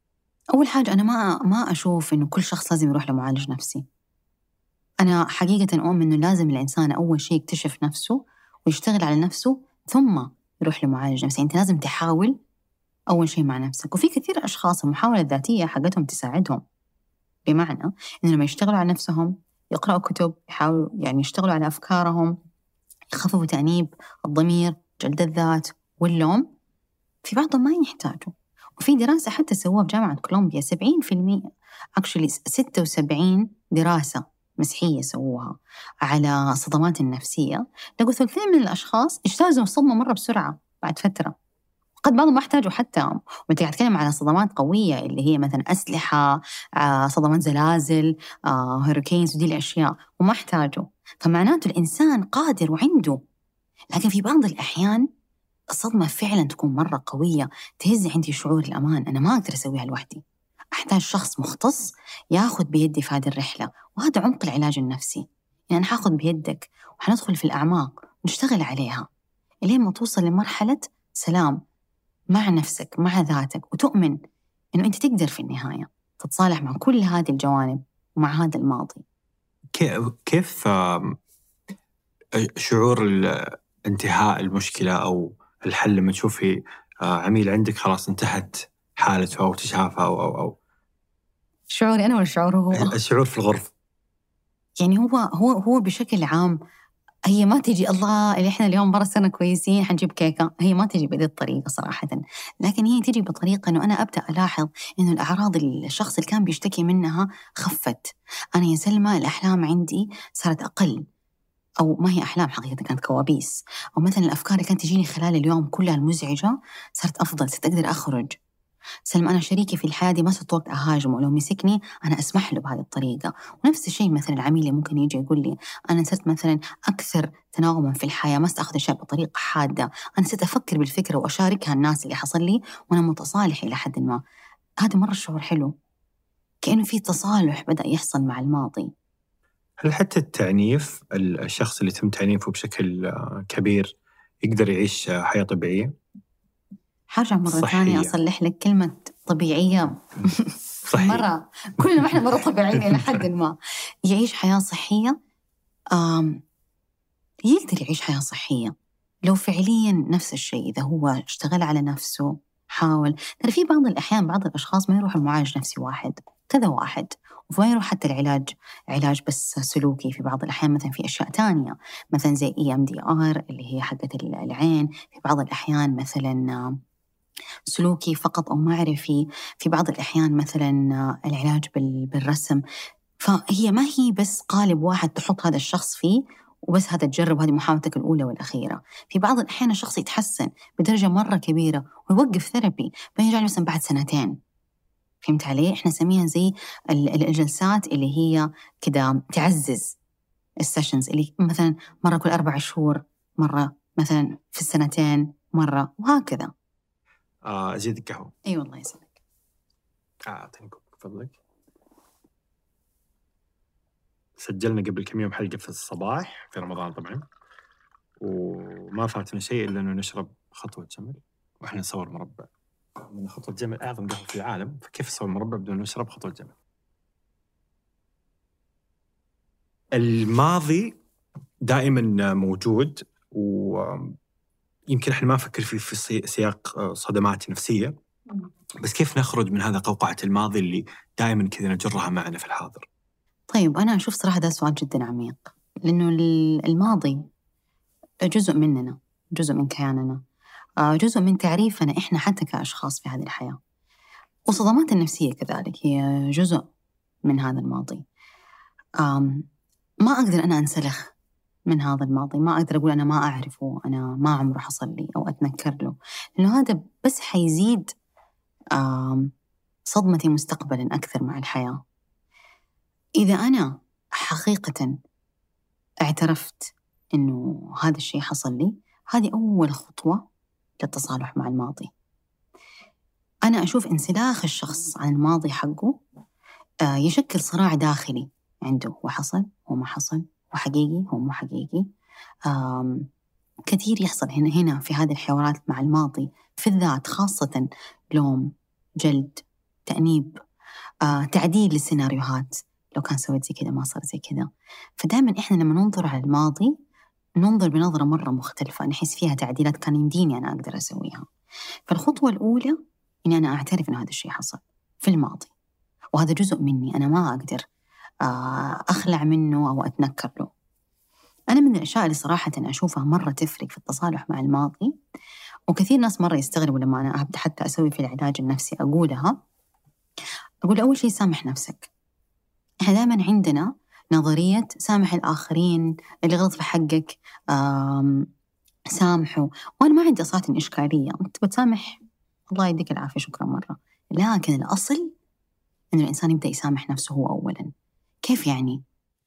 [SPEAKER 2] أول حاجة أنا ما أشوف إنه كل شخص لازم يروح لمعالج نفسي. أنا حقيقة أؤمن إنه لازم الإنسان أول شيء يكتشف نفسه ويشتغل على نفسه ثم يروح لمعالج نفسي. أنت لازم تحاول أول شيء مع نفسك. وفي كثير أشخاص المحاولة الذاتية حقتهم تساعدهم، بمعنى إنه لما يشتغلوا على نفسهم يقرأوا كتب، يحاولوا يعني يشتغلوا على أفكارهم، يخففوا تأنيب الضمير، جلد الذات واللوم. في بعضهم ما يحتاجوا. وفي دراسة حتى سووها بجامعة كولومبيا 70% actually 76 دراسة مسحية سووها على الصدمات النفسية، لقوا ثلثين من الأشخاص اجتازوا الصدمة مرة بسرعة بعد فترة. قد بعضهم ما احتاجوا حتى، وانت قاعد تتكلم على صدمات قوية اللي هي مثلا أسلحة، صدمات زلازل، هوريكينز ودي الأشياء، وما احتاجوا. فمعناته الإنسان قادر وعنده. لكن في بعض الأحيان الصدمة فعلا تكون مرة قوية، تهز عندي شعور الأمان. أنا ما أقدر أسويها لوحدي، أحتاج شخص مختص ياخذ بيدي في هذه الرحلة. وهذا عمق العلاج النفسي، يعني أنا حاخذ بيدك وحندخل في الأعماق ونشتغل عليها لين ما توصل لمرحلة سلام مع نفسك مع ذاتك، وتؤمن إنه أنت تقدر في النهاية تتصالح مع كل هذه الجوانب ومع هذا الماضي.
[SPEAKER 3] كيف شعور انتهاء المشكلة أو الحل لما تشوفي عميل عندك خلاص انتهت حالته أو تشافى أو
[SPEAKER 2] شعوري أنا ولا شعوره هو؟
[SPEAKER 3] الشعور في الغرفة.
[SPEAKER 2] يعني هو بشكل عام هي ما تجي الله اللي إحنا اليوم مرة سنة كويسين حنجيب كيكة، هي ما تجي بهذه الطريقة صراحة. لكن هي تجي بطريقة إنه أنا أبدأ ألاحظ إنه الأعراض الشخص اللي كان بيشتكي منها خفت. أنا يا سلمى الأحلام عندي صارت أقل، أو ما هي أحلام حقيقة كانت كوابيس، أو مثلا الأفكار اللي كانت تجيني خلال اليوم كلها المزعجة صارت أفضل، صرت أقدر أخرج. سلمى أنا شريكي في الحياة دي ما صرت وقت أهاجمه، ولو مسكني أنا أسمح له بهذه الطريقة. ونفس الشيء مثلا العميل اللي ممكن يجي يقول لي أنا صرت مثلا أكثر تناغما في الحياة، ما استأخذ الشيء بطريقة حادة، أنا صرت أفكر بالفكرة وأشاركها الناس اللي حصل لي وأنا متصالح إلى حد ما. هذا مرة شعور حلو، كأنه في تصالح بدأ يحصل مع الماضي.
[SPEAKER 3] هل حتى التعنيف، الشخص اللي تم تعنيفه بشكل كبير يقدر يعيش حياة طبيعية؟
[SPEAKER 2] حاجة مرة ثانية أصلح لك كلمة طبيعية.
[SPEAKER 3] صحيح.
[SPEAKER 2] مرة كلنا إحنا مرة طبيعيين إلى حد ما. يعيش حياة صحية، يقدر يعيش حياة صحية لو فعليا نفس الشيء. إذا هو اشتغل على نفسه، حاول. ترى في بعض الأحيان بعض الأشخاص ما يروح المعالج نفسي واحد، كذا واحد، وما يروح حتى علاج بس سلوكي. في بعض الأحيان مثلا في أشياء تانية مثلا زي EMDR اللي هي حقة العين. في بعض الأحيان مثلا سلوكي فقط أو معرفي. في بعض الأحيان مثلا العلاج بالرسم. فهي ما هي بس قالب واحد تحط هذا الشخص فيه وبس هذا تجرب، هذه محاولتك الأولى والأخيرة. في بعض الأحيان الشخص يتحسن بدرجة مرة كبيرة ويوقف ثيرابي بيرجع مثلا بعد 2 سنين. فهمت علي؟ إحنا نسميها زي الجلسات اللي هي كده تعزز السيشنز، اللي مثلا مرة كل 4 شهور، مرة مثلا في 2 سنين مرة، وهكذا.
[SPEAKER 3] أزيد القهوة.
[SPEAKER 2] أي والله يسعدك.
[SPEAKER 3] أعطيني فضلك. سجلنا قبل كم يوم حلقة في الصباح في رمضان طبعا، وما فاتنا شيء إلا إنه نشرب خطوة جمل وإحنا نصور مربع. من خطوة جمل أعظم قهوة في العالم، فكيف نصور مربع بدون نشرب خطوة جمل؟ الماضي دائما موجود، ويمكن إحنا ما نفكر فيه في سياق صدمات نفسية، بس كيف نخرج من هذا قوقعة الماضي اللي دائما كذا نجرها معنا في الحاضر؟
[SPEAKER 2] طيب أنا أشوف صراحة ده سؤال جدا عميق، لأنه الماضي جزء مننا، جزء من كياننا، جزء من تعريفنا إحنا حتى كأشخاص في هذه الحياة. والصدمات النفسية كذلك هي جزء من هذا الماضي. ما أقدر أنا أنسلخ من هذا الماضي، ما أقدر أقول أنا ما أعرفه، أنا ما عمره حصل لي أو أتنكر له، لأنه هذا بس حيزيد صدمتي مستقبلا أكثر مع الحياة. إذا أنا حقيقة اعترفت إنه هذا الشيء حصل لي، هذه أول خطوة للتصالح مع الماضي. أنا أشوف انسلاخ الشخص عن الماضي حقه يشكل صراع داخلي عنده، وحصل وما حصل، وحقيقي هو مو حقيقي. كثير يحصل هنا في هذه الحوارات مع الماضي، في الذات خاصة لوم، جلد، تأنيب، تعديل للسيناريوهات، لو كان سويت زي كذا ما صار زي كذا. فدائما إحنا لما ننظر على الماضي ننظر بنظرة مرة مختلفة، نحس فيها تعديلات كان يمديني أنا أقدر أسويها. فالخطوة الأولى إني أنا أعترف إن هذا الشيء حصل في الماضي، وهذا جزء مني أنا ما أقدر أخلع منه أو أتنكر له. أنا من الأشياء اللي صراحة أشوفها مرة تفرق في التصالح مع الماضي، وكثير ناس مرة يستغربوا لما أنا أبدأ حتى أسوي في العلاج النفسي أقول أول شيء سامح نفسك. إحنا دائما عندنا نظرية سامح الآخرين، اللي غلط في حقك سامحه، وأنا ما عندي أصلاً إشكالية، أنت بتسامح الله يديك العافية شكرا مرة، لكن الأصل إنه الإنسان يبدأ يسامح نفسه هو أولاً. كيف يعني؟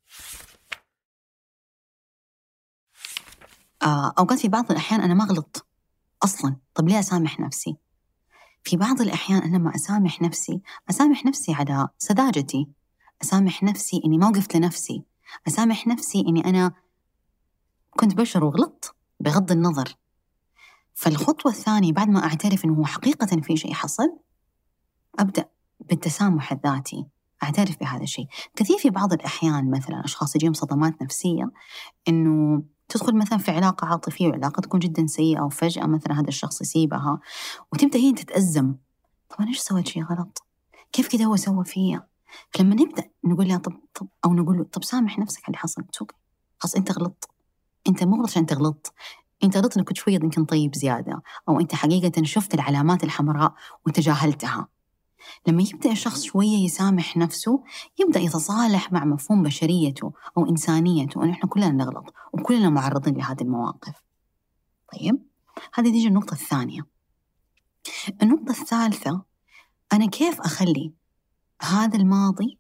[SPEAKER 2] أوقات في بعض الأحيان أنا ما غلط أصلاً، طب ليه أسامح نفسي؟ في بعض الأحيان أنا لما أسامح نفسي على سذاجتي، أسامح نفسي إني ما وقفت لنفسي، أسامح نفسي إني أنا كنت بشر وغلط بغض النظر. فالخطوة الثانية بعد ما أعترف إنه هو حقيقة في شيء حصل، أبدأ بالتسامح الذاتي، أعترف بهذا الشيء. كثير في بعض الأحيان مثلا أشخاص يجيهم صدمات نفسية، إنه تدخل مثلا في علاقة عاطفية وعلاقة تكون جدا سيئة، وفجأة مثلا هذا الشخص يسيبها وتبدأ هي تتأزم، طب أنا إيش سويت شيء غلط؟ كيف كده هو سوى فيها؟ فلما نبدأ نقول لها طب أو نقول له طب سامح نفسك على اللي حصل، خلاص أنت غلط، أنت مو غلط عشان أنت غلط، أنت غلط إنك كنت شوية يمكن طيب زيادة، أو أنت حقيقة شفت العلامات الحمراء وتجاهلتها. لما يبدأ الشخص شوية يسامح نفسه، يبدأ يتصالح مع مفهوم بشريته أو إنسانيته، أن إحنا كلنا نغلط وكلنا معرضين لهذه المواقف. طيب، هذه تيجي النقطة الثانية. النقطة الثالثة، أنا كيف أخلي هذا الماضي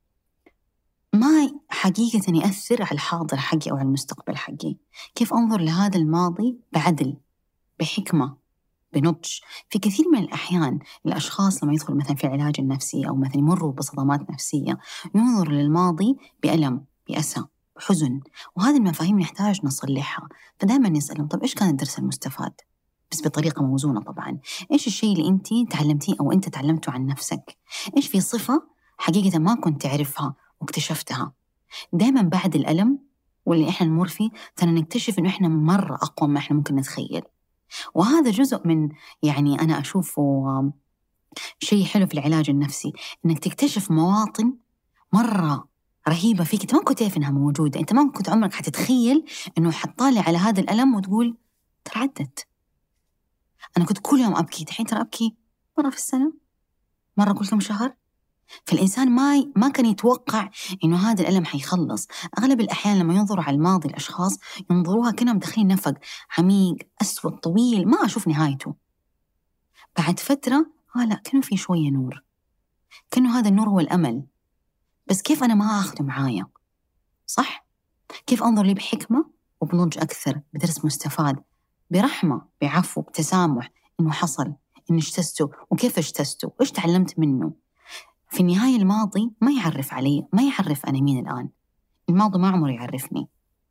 [SPEAKER 2] ما حقيقة يأثر على الحاضر حقي أو على المستقبل حقي؟ كيف أنظر لهذا الماضي بعدل، بحكمة، بنضج؟ في كثير من الأحيان الأشخاص لما يدخلوا مثلا في العلاج النفسي أو مثلا يمروا بصدمات نفسية ينظر للماضي بألم، بأسى، بحزن، وهذه المفاهيم نحتاج نصلحها. فدائما نسألهم طب إيش كان الدرس المستفاد؟ بس بطريقة موزونة طبعا. إيش الشيء اللي أنت تعلمتيه أو أنت تعلمته عن نفسك؟ إيش في صفة حقيقة ما كنت تعرفها واكتشفتها؟ دائما بعد الألم واللي إحنا نمر فيه ترى نكتشف إنه إحنا مرة أقوى ما إحنا ممكن نتخيل. وهذا جزء من يعني أنا أشوفه شيء حلو في العلاج النفسي، إنك تكتشف مواطن مرة رهيبة فيك أنت ما كنت تعرف إنها موجودة. أنت ما كنت عمرك حتتخيل إنه حتطالع على هذا الألم وتقول ترى عدت. أنا كنت كل يوم أبكي، الحين ترى أبكي مرة في السنة، مرة كل كم شهر. فالإنسان ما كان يتوقع إنه هذا الألم حيخلص. أغلب الأحيان لما ينظروا على الماضي الأشخاص ينظروها كأنهم داخلين نفق عميق أسود طويل ما أشوف نهايته. بعد فترة لا، كأنه في شوية نور، كأنه هذا النور هو الأمل. بس كيف أنا ما أخذه معايا؟ صح؟ كيف أنظر لي بحكمة وبنضج أكثر، بدرس مستفاد، برحمة، بعفو، بتسامح، إنه حصل، إنه اجتزته وكيف اجتزته وإيش تعلمت منه. في النهاية الماضي ما يعرف علي، ما يعرف أنا مين الآن. الماضي ما عمره يعرفني.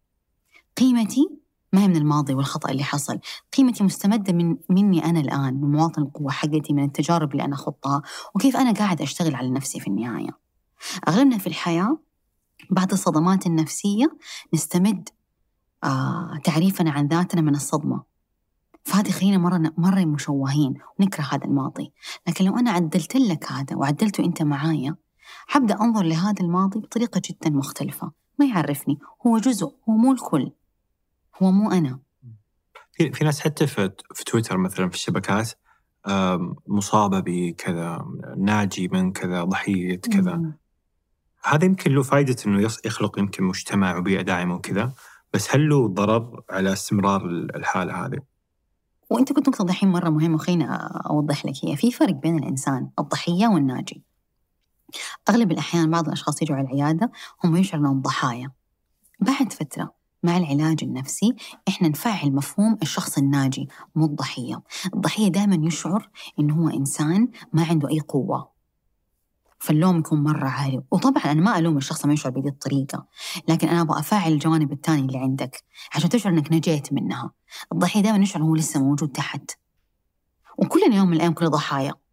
[SPEAKER 2] قيمتي ما هي من الماضي والخطأ اللي حصل، قيمتي مستمدة مني أنا الآن، من مواطن القوة حقتي، من التجارب اللي أنا خضتها، وكيف أنا قاعد أشتغل على نفسي في النهاية. أغلبنا في الحياة بعد الصدمات النفسية نستمد تعريفنا عن ذاتنا من الصدمة، فهذه خلينا مرة مشوهين ونكره هذا الماضي. لكن لو أنا عدلت لك هذا وعدلته أنت معايا، حبدأ أنظر لهذا الماضي بطريقة جدا مختلفة. ما يعرفني، هو جزء، هو مو الكل، هو مو أنا.
[SPEAKER 3] في ناس حتى في تويتر مثلا في الشبكات مصابة بكذا، ناجي من كذا، ضحية كذا. هذا يمكن له فائدة إنه يخلق يمكن مجتمع وبيئة داعمة وكذا، بس هل له ضرر على استمرار الحالة هذه؟
[SPEAKER 2] وأنت كنت نقطة دحين مرة مهمة، وخلينا أوضح لك هي. في فرق بين الإنسان الضحية والناجي. أغلب الأحيان بعض الأشخاص يجوا على العيادة هم يشعروا أنهم ضحايا. بعد فترة مع العلاج النفسي إحنا نفعل مفهوم الشخص الناجي مو الضحية. الضحية دائما يشعر إنه هو إنسان ما عنده أي قوة، فاللوم يكون مرة عالي. وطبعا أنا ما ألوم الشخص ما يشعر بهذه الطريقة، لكن أنا أبغى أفعل الجوانب الثاني اللي عندك عشان تشعر أنك نجيت منها. الضحية دائما يشعر هو لسه موجود تحت، وكلنا يوم من الأيام كل ضحايا،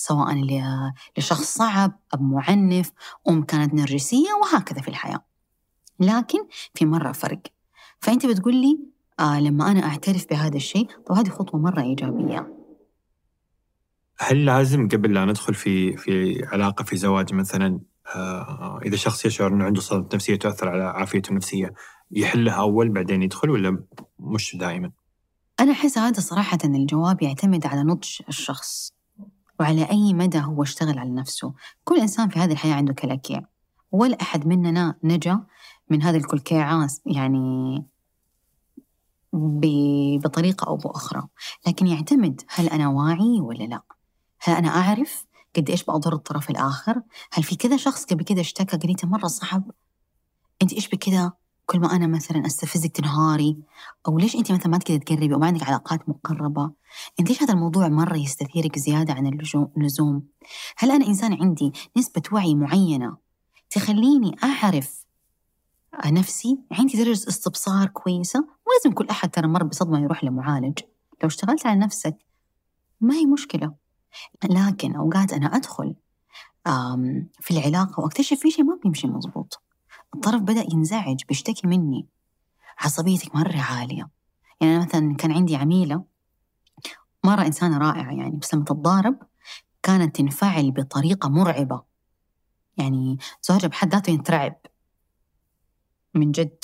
[SPEAKER 2] سواء لشخص صعب، أب معنف، أم كانت نرجسية، وهكذا في الحياة. لكن في مرة فرق. فأنت بتقول لي لما أنا أعترف بهذا الشيء، طب هذه خطوة مرة إيجابية.
[SPEAKER 3] هل لازم قبل لا ندخل في علاقة في زواج مثلا، إذا شخص يشعر أنه عنده صدمة نفسية تؤثر على عافيته النفسية، يحلها أول بعدين يدخل، ولا مش دائما؟
[SPEAKER 2] أنا أحس هذا صراحة أن الجواب يعتمد على نضج الشخص وعلى أي مدى هو اشتغل على نفسه. كل إنسان في هذه الحياة عنده كلاكيع، ولا أحد مننا نجا من هذه الكلكيعات يعني بطريقة أو بأخرى. لكن يعتمد، هل أنا واعي ولا لا؟ هل أنا أعرف قد إيش بأضر الطرف الآخر؟ هل في كذا شخص قبل كذا اشتكى قال أنت مرة صعب، أنت إيش بكذا، كل ما أنا مثلا أستفزك تنهاري، أو ليش أنت مثلا ما تقدر تقربي وما عندك علاقات مقربة، أنت ليش هذا الموضوع مرة يستثيرك زيادة عن اللزوم؟ هل أنا إنسان عندي نسبة وعي معينة تخليني أعرف نفسي، عندي درجة استبصار كويسة؟ ولازم كل أحد ترى مر بصدمة يروح لمعالج. لو اشتغلت على نفسك ما هي مشكلة. لكن أوقات أنا أدخل في العلاقة وأكتشف في شيء ما بيمشي مضبوط، الطرف بدأ ينزعج، بيشتكي مني، عصبيتك مرة عالية. يعني أنا مثلا كان عندي عميلة مرة إنسانة رائعة يعني، بس لما تتضارب كانت تنفعل بطريقة مرعبة، يعني زوجها بحد ذاته ينترعب من جد.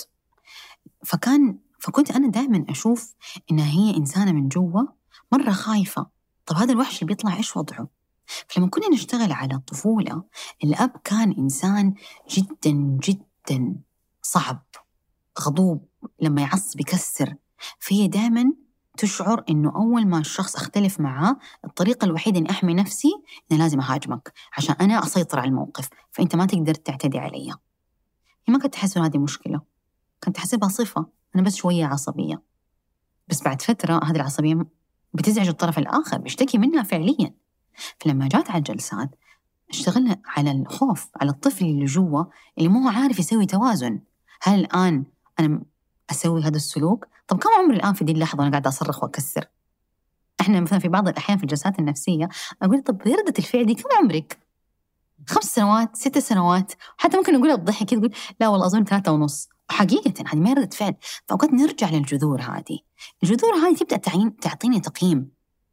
[SPEAKER 2] فكنت أنا دائما أشوف إنها هي إنسانة من جوا مرة خايفة. طب هذا الوحش اللي بيطلع إيش وضعه؟ فلما كنا نشتغل على الطفولة، الأب كان إنسان جدا جدا صعب، غضوب، لما يعصب يكسر. فهي دائما تشعر إنه أول ما الشخص أختلف معاه، الطريقة الوحيدة إني أحمي نفسي إني لازم أهاجمك عشان أنا أسيطر على الموقف، فأنت ما تقدر تعتدي علي. هي ما كنت تحس إن هذه مشكلة، كنت تحسبها صفة، أنا بس شوية عصبية. بس بعد فترة هذه العصبية بتزعج الطرف الآخر، بيشتكي منها فعليا. فلما جات على الجلسات اشتغلنا على الخوف، على الطفل اللي جوا اللي مو عارف يسوي توازن. هل الآن أنا أسوي هذا السلوك؟ طب كم عمري الآن في دي اللحظة وأنا قاعدة أصرخ وأكسر؟ إحنا مثلا في بعض الأحيان في الجلسات النفسية أقول طب ردة الفعل دي كم عمرك؟ 5 سنوات، 6 سنوات، حتى ممكن نقولها بضحك، تقول لا والله أظن 3.5. حقيقة هذه ما ردة فعل. فأوقات نرجع للجذور هذه. الجذور هذه تبدأ تعطيني تقييم.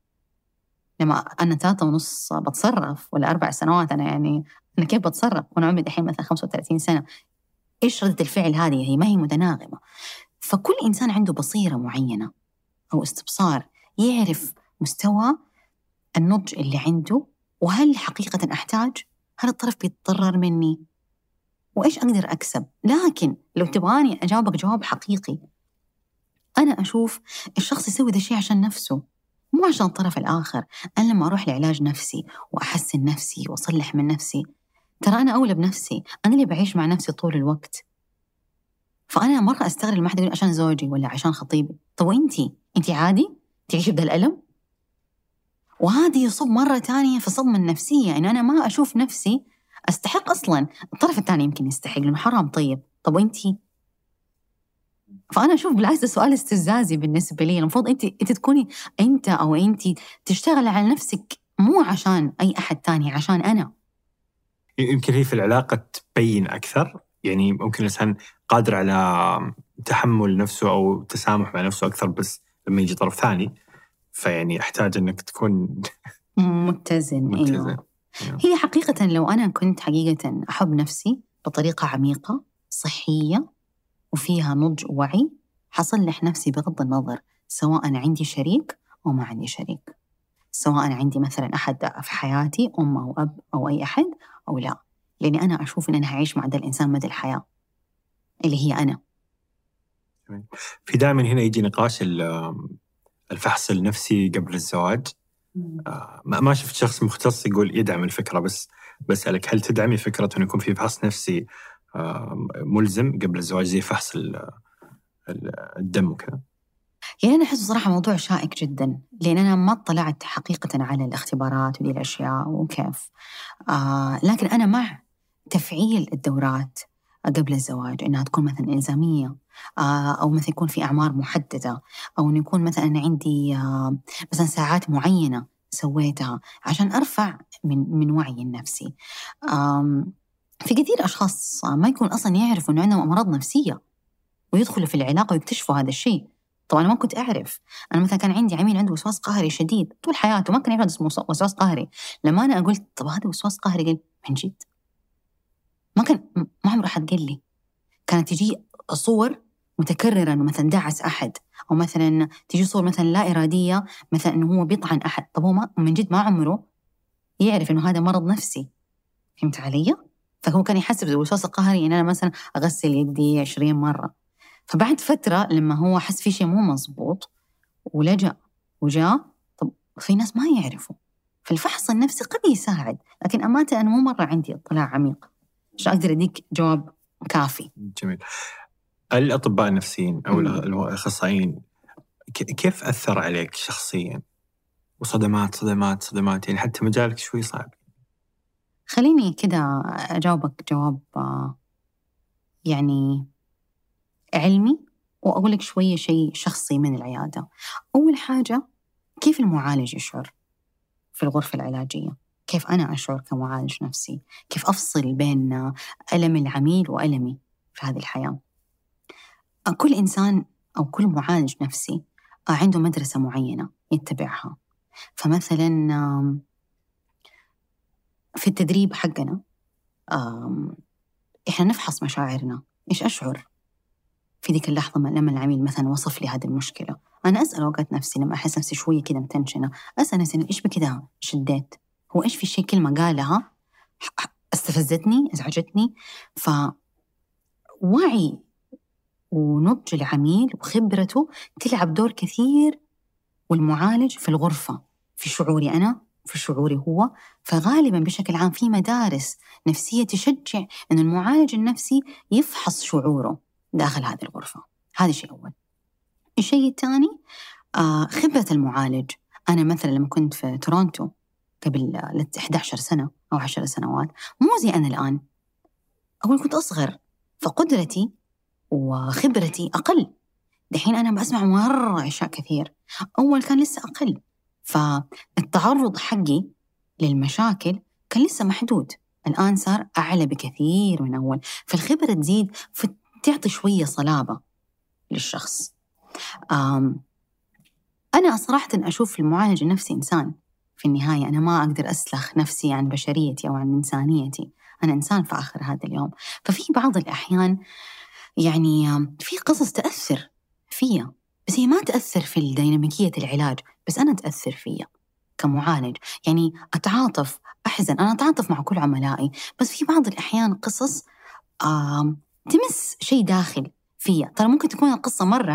[SPEAKER 2] لما أنا 3.5 بتصرف، ولا 4 سنوات أنا يعني أنا كيف بتصرف وأنا عمري الحين مثلا 35 سنة؟ إيش ردة الفعل هذه؟ هي ما هي متناغمة. فكل إنسان عنده بصيرة معينة أو استبصار، يعرف مستوى النضج اللي عنده، وهل حقيقة أحتاج، هل الطرف بيتضرر مني، وإيش أقدر أكسب. لكن لو تبغاني أجاوبك جواب حقيقي، أنا أشوف الشخص يسوي ذا الشيء عشان نفسه، مو عشان الطرف الآخر. أنا لما أروح لعلاج نفسي وأحسن نفسي وأصلح من نفسي، ترى أنا أولى بنفسي، أنا اللي بعيش مع نفسي طول الوقت. فأنا مرة أستغرب لما حد يقول عشان زوجي ولا عشان خطيبي. طب وإنتي عادي تعيش بهذا الألم؟ وهذه يصب مرة تانية في الصدمة النفسية، إن أنا ما أشوف نفسي أستحق أصلاً، الطرف الثاني يمكن يستحق لأنه حرام. طيب طب وإنتي؟ فأنا أشوف بالعكس ده سؤال استفزازي بالنسبة لي. المفروض أنت تكوني أنت أو أنتي تشتغل على نفسك، مو عشان أي أحد تاني، عشان أنا.
[SPEAKER 3] يمكن هي في العلاقة تبين أكثر، يعني ممكن الإنسان قادر على تحمل نفسه أو تسامح مع نفسه أكثر، بس لما يجي طرف ثاني فيعني أحتاج أنك تكون
[SPEAKER 2] متزن. أيوه. هي حقيقة لو أنا كنت حقيقة أحب نفسي بطريقة عميقة صحية وفيها نضج ووعي، حصلح نفسي بغض النظر سواء أنا عندي شريك أو ما عندي شريك، سواء أنا عندي مثلا أحد في حياتي، أم أو أب أو أي أحد أو لا. لأني أنا أشوف أن أنا هعيش مع ذا الإنسان مدى الحياة اللي هي أنا.
[SPEAKER 3] في دائما هنا يجي نقاش الفحص النفسي قبل الزواج. ما شفت شخص مختص يقول يدعم الفكرة، بس بسألك هل تدعمي فكرة أنه يكون في فحص نفسي ملزم قبل الزواج زي فحص الدم وكذا؟
[SPEAKER 2] يعني أنا أحس صراحة موضوع شائك جدا، لأن أنا ما اطلعت حقيقة على الاختبارات ودي الأشياء وكيف. لكن أنا مع تفعيل الدورات قبل الزواج، إنها تكون مثلا إلزامية، أو مثلا يكون في أعمار محددة، أو إنه يكون مثلا عندي مثلا ساعات معينة سويتها عشان أرفع من وعي النفسي. في كثير أشخاص ما يكون أصلا يعرفوا أنه عندهم أمراض نفسية ويدخلوا في العلاقة ويكتشفوا هذا الشيء. طبعا أنا ما كنت أعرف. أنا مثلا كان عندي عميل عنده وسواس قهري شديد طول حياته، ما كان يعرف اسمه وسواس قهري. لما أنا قلت طب هذا وسواس قهري، قال من جد؟ ما عمره حد قال لي. كانت تجي صور متكررة أنه مثلا دعس أحد، أو مثلا تجي صور مثلا لا إرادية مثلا أنه هو بيطعن أحد. طب هو من جد ما عمره يعرف أنه هذا مرض نفسي. فهمت علي؟ فهو كان يحسب الوسواس القهري إن أنا مثلا أغسل يدي 20 مرة. فبعد فترة لما هو حس في شيء مو مزبوط ولجأ وجاء، طب في ناس ما يعرفوا. فالفحص النفسي قد يساعد، لكن أمانة أنا مو مرة عندي اطلاع عميق عشان أقدر أديك جواب كافي.
[SPEAKER 3] جميل. الأطباء النفسيين أو الأخصائيين كيف أثر عليك شخصياً؟ وصدمات يعني حتى مجالك شوي صعب.
[SPEAKER 2] خليني كده أجاوبك جواب يعني علمي، وأقول لك شوية شيء شخصي من العيادة. أول حاجة، كيف المعالج يشعر في الغرفة العلاجية؟ كيف أنا أشعر كمعالج نفسي؟ كيف أفصل بين ألم العميل وألمي في هذه الحياة؟ كل إنسان أو كل معالج نفسي عنده مدرسة معينة يتبعها. فمثلا في التدريب حقنا إحنا نفحص مشاعرنا. إيش أشعر في ذيك اللحظة لما العميل مثلا وصف لي هذه المشكلة؟ أنا أسأل أوقات نفسي لما أحس نفسي شوية كده متنشنة، أسأل نفسي إيش بكده شديت؟ هو إيش في شيء كلمة قالها استفزتني ازعجتني؟ فوعي ونضج العميل وخبرته تلعب دور كثير، والمعالج في الغرفة في شعوري أنا في شعوري هو. فغالبا بشكل عام في مدارس نفسية تشجع أن المعالج النفسي يفحص شعوره داخل هذه الغرفة. هذا شيء أول. الشيء الثاني خبرة المعالج. أنا مثلا لما كنت في تورونتو قبل 11 سنة أو 10 سنوات مو زي أنا الآن. أول كنت أصغر فقدرتي وخبرتي أقل. دحين أنا بسمع مرة أشياء كثير، أول كان لسه أقل. فالتعرض حقي للمشاكل كان لسه محدود، الآن صار أعلى بكثير من أول. فالخبرة تزيد فتعطي شوية صلابة للشخص. أنا صراحة أشوف المعالج النفسي إنسان في النهاية. أنا ما أقدر أسلخ نفسي عن بشريتي أو عن إنسانيتي، أنا إنسان في آخر هذا اليوم. ففي بعض الأحيان يعني في قصص تأثر فيا، بس هي ما تأثر في الديناميكية العلاج، بس أنا تأثر فيا كمعالج. يعني أتعاطف، أحزن، أنا أتعاطف مع كل عملائي، بس في بعض الأحيان قصص تمس شيء داخل فيا. ترى ممكن تكون القصة مرة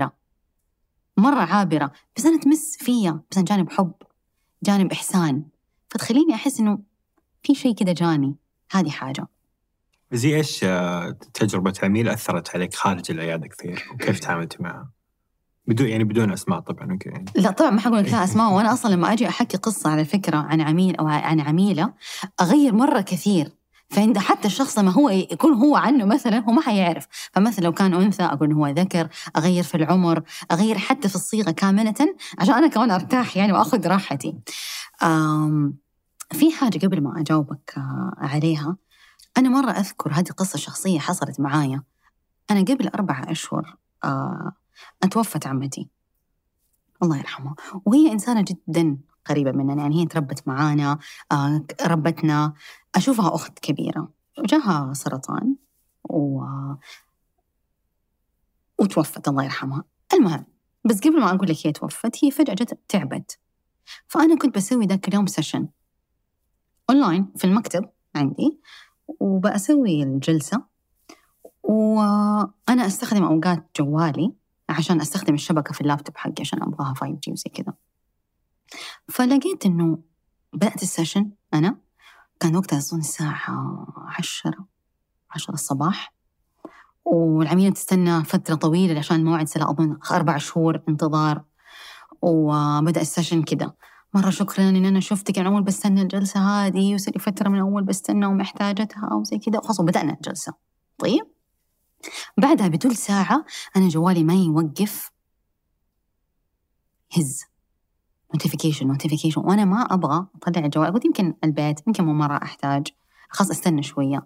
[SPEAKER 2] عابرة، بس أنا تمس فيا مثلا جانب حب، جانب إحسان، فتخليني أحس إنه في شيء كده جاني. هذه حاجة.
[SPEAKER 3] زي إيش تجربة عميل أثرت عليك خارج العيادة كثير وكيف تعاملت معها؟ بدون أسماء طبعاً. يعني.
[SPEAKER 2] لا طبعاً ما حقول لك لا أسماء. وأنا أصلاً لما أجي أحكي قصة على فكرة عن عميل أو عن عميلة أغير مرة كثير. فعند حتى الشخص ما هو يكون هو عنه مثلاً هو ما حيعرف. فمثلا لو كان أنثى أقول إنه هو ذكر، أغير في العمر، أغير حتى في الصيغة كاملة عشان أنا كمان أرتاح يعني وأخذ راحتي. في حاجة قبل ما أجاوبك عليها، أنا مرة أذكر هذه قصة شخصية حصلت معايا. أنا قبل 4 أشهر أتوفت عمتي الله يرحمها، وهي إنسانة جدا قريبة مننا. يعني هي تربت معانا، ربتنا، أشوفها أخت كبيرة. جاها سرطان وتوفت الله يرحمها. المهم، بس قبل ما أقول لك هي توفت، هي فجأة جت تعبت. فأنا كنت بسوي ذاك اليوم سيشن أونلاين في المكتب عندي، وبأسوي الجلسة، وأنا أستخدم أوقات جوالي عشان أستخدم الشبكة في اللابتوب حقي عشان أبغاها 5G وزي كذا. فلقيت إنه بدأت السيشن، أنا كان وقتها أظن الساعة 10 الصباح، والعميلة تستنى فترة طويلة عشان موعد سلا، أظن 4 شهور انتظار. وبدأ السيشن كده، مرة شكراً إن أنا شفتك، أنا أول بستنى الجلسة هذه وصلي فترة من أول بستنى ومحتاجتها وزي كده، وخلاص بدأنا الجلسة. طيب بعدها بطول ساعة أنا جوالي ما يوقف هز، نوتيفيكيشن وأنا ما أبغى أطلع الجوال. قلت يمكن البيت، يمكن مو مرة أحتاج، خلاص أستنى شوية.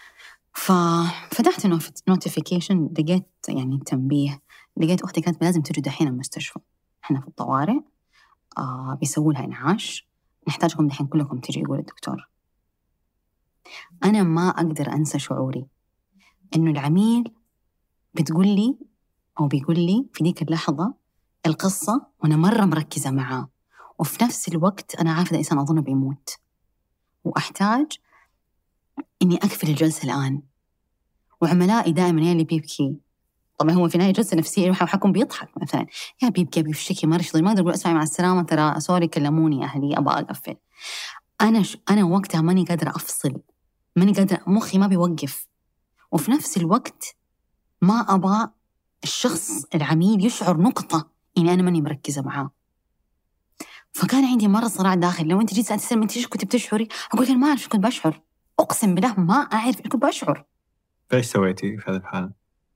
[SPEAKER 2] ففتحت نوتيفيكيشن، لقيت يعني تنبيه، لقيت أختي كانت لازم تجي دحين المستشفى، إحنا في الطوارئ، بيسووا لها إنعاش، نحتاجكم دحين كلكم تجي، يقول الدكتور. أنا ما أقدر أنسى شعوري إنه العميل بتقول لي أو بيقول لي في ديك اللحظة القصة وأنا مرة مركزة معاه، وفي نفس الوقت أنا عارفة الإنسان أظنه بيموت وأحتاج إني أقفل الجلسة الآن. وعملائي دائما يا اللي بيبكي، طبعا هو في نهاية جلسة نفسية وحكم بيضحك مثلا، يا بيبكي بيشتكي مرشض، ما أقدر أقول أسمعي مع السلامة ترى سوري كلموني أهلي أبغى أقفل. أنا وقتها ماني قادرة أفصل، ماني قادرة، مخي ما بيوقف، وفي نفس الوقت ما أبغى الشخص العميل يشعر نقطة إني أنا ماني مركزة معاه. فكان عندي مرة صراع داخل، لو أنت جيت سألتني أنت إيش كنت بتشعري؟ أقول أنا ما أعرف إيش كنت بشعر، أقسم بالله ما أعرف إيش كنت بشعر.
[SPEAKER 3] فإيش سويتي في هذا الحالة؟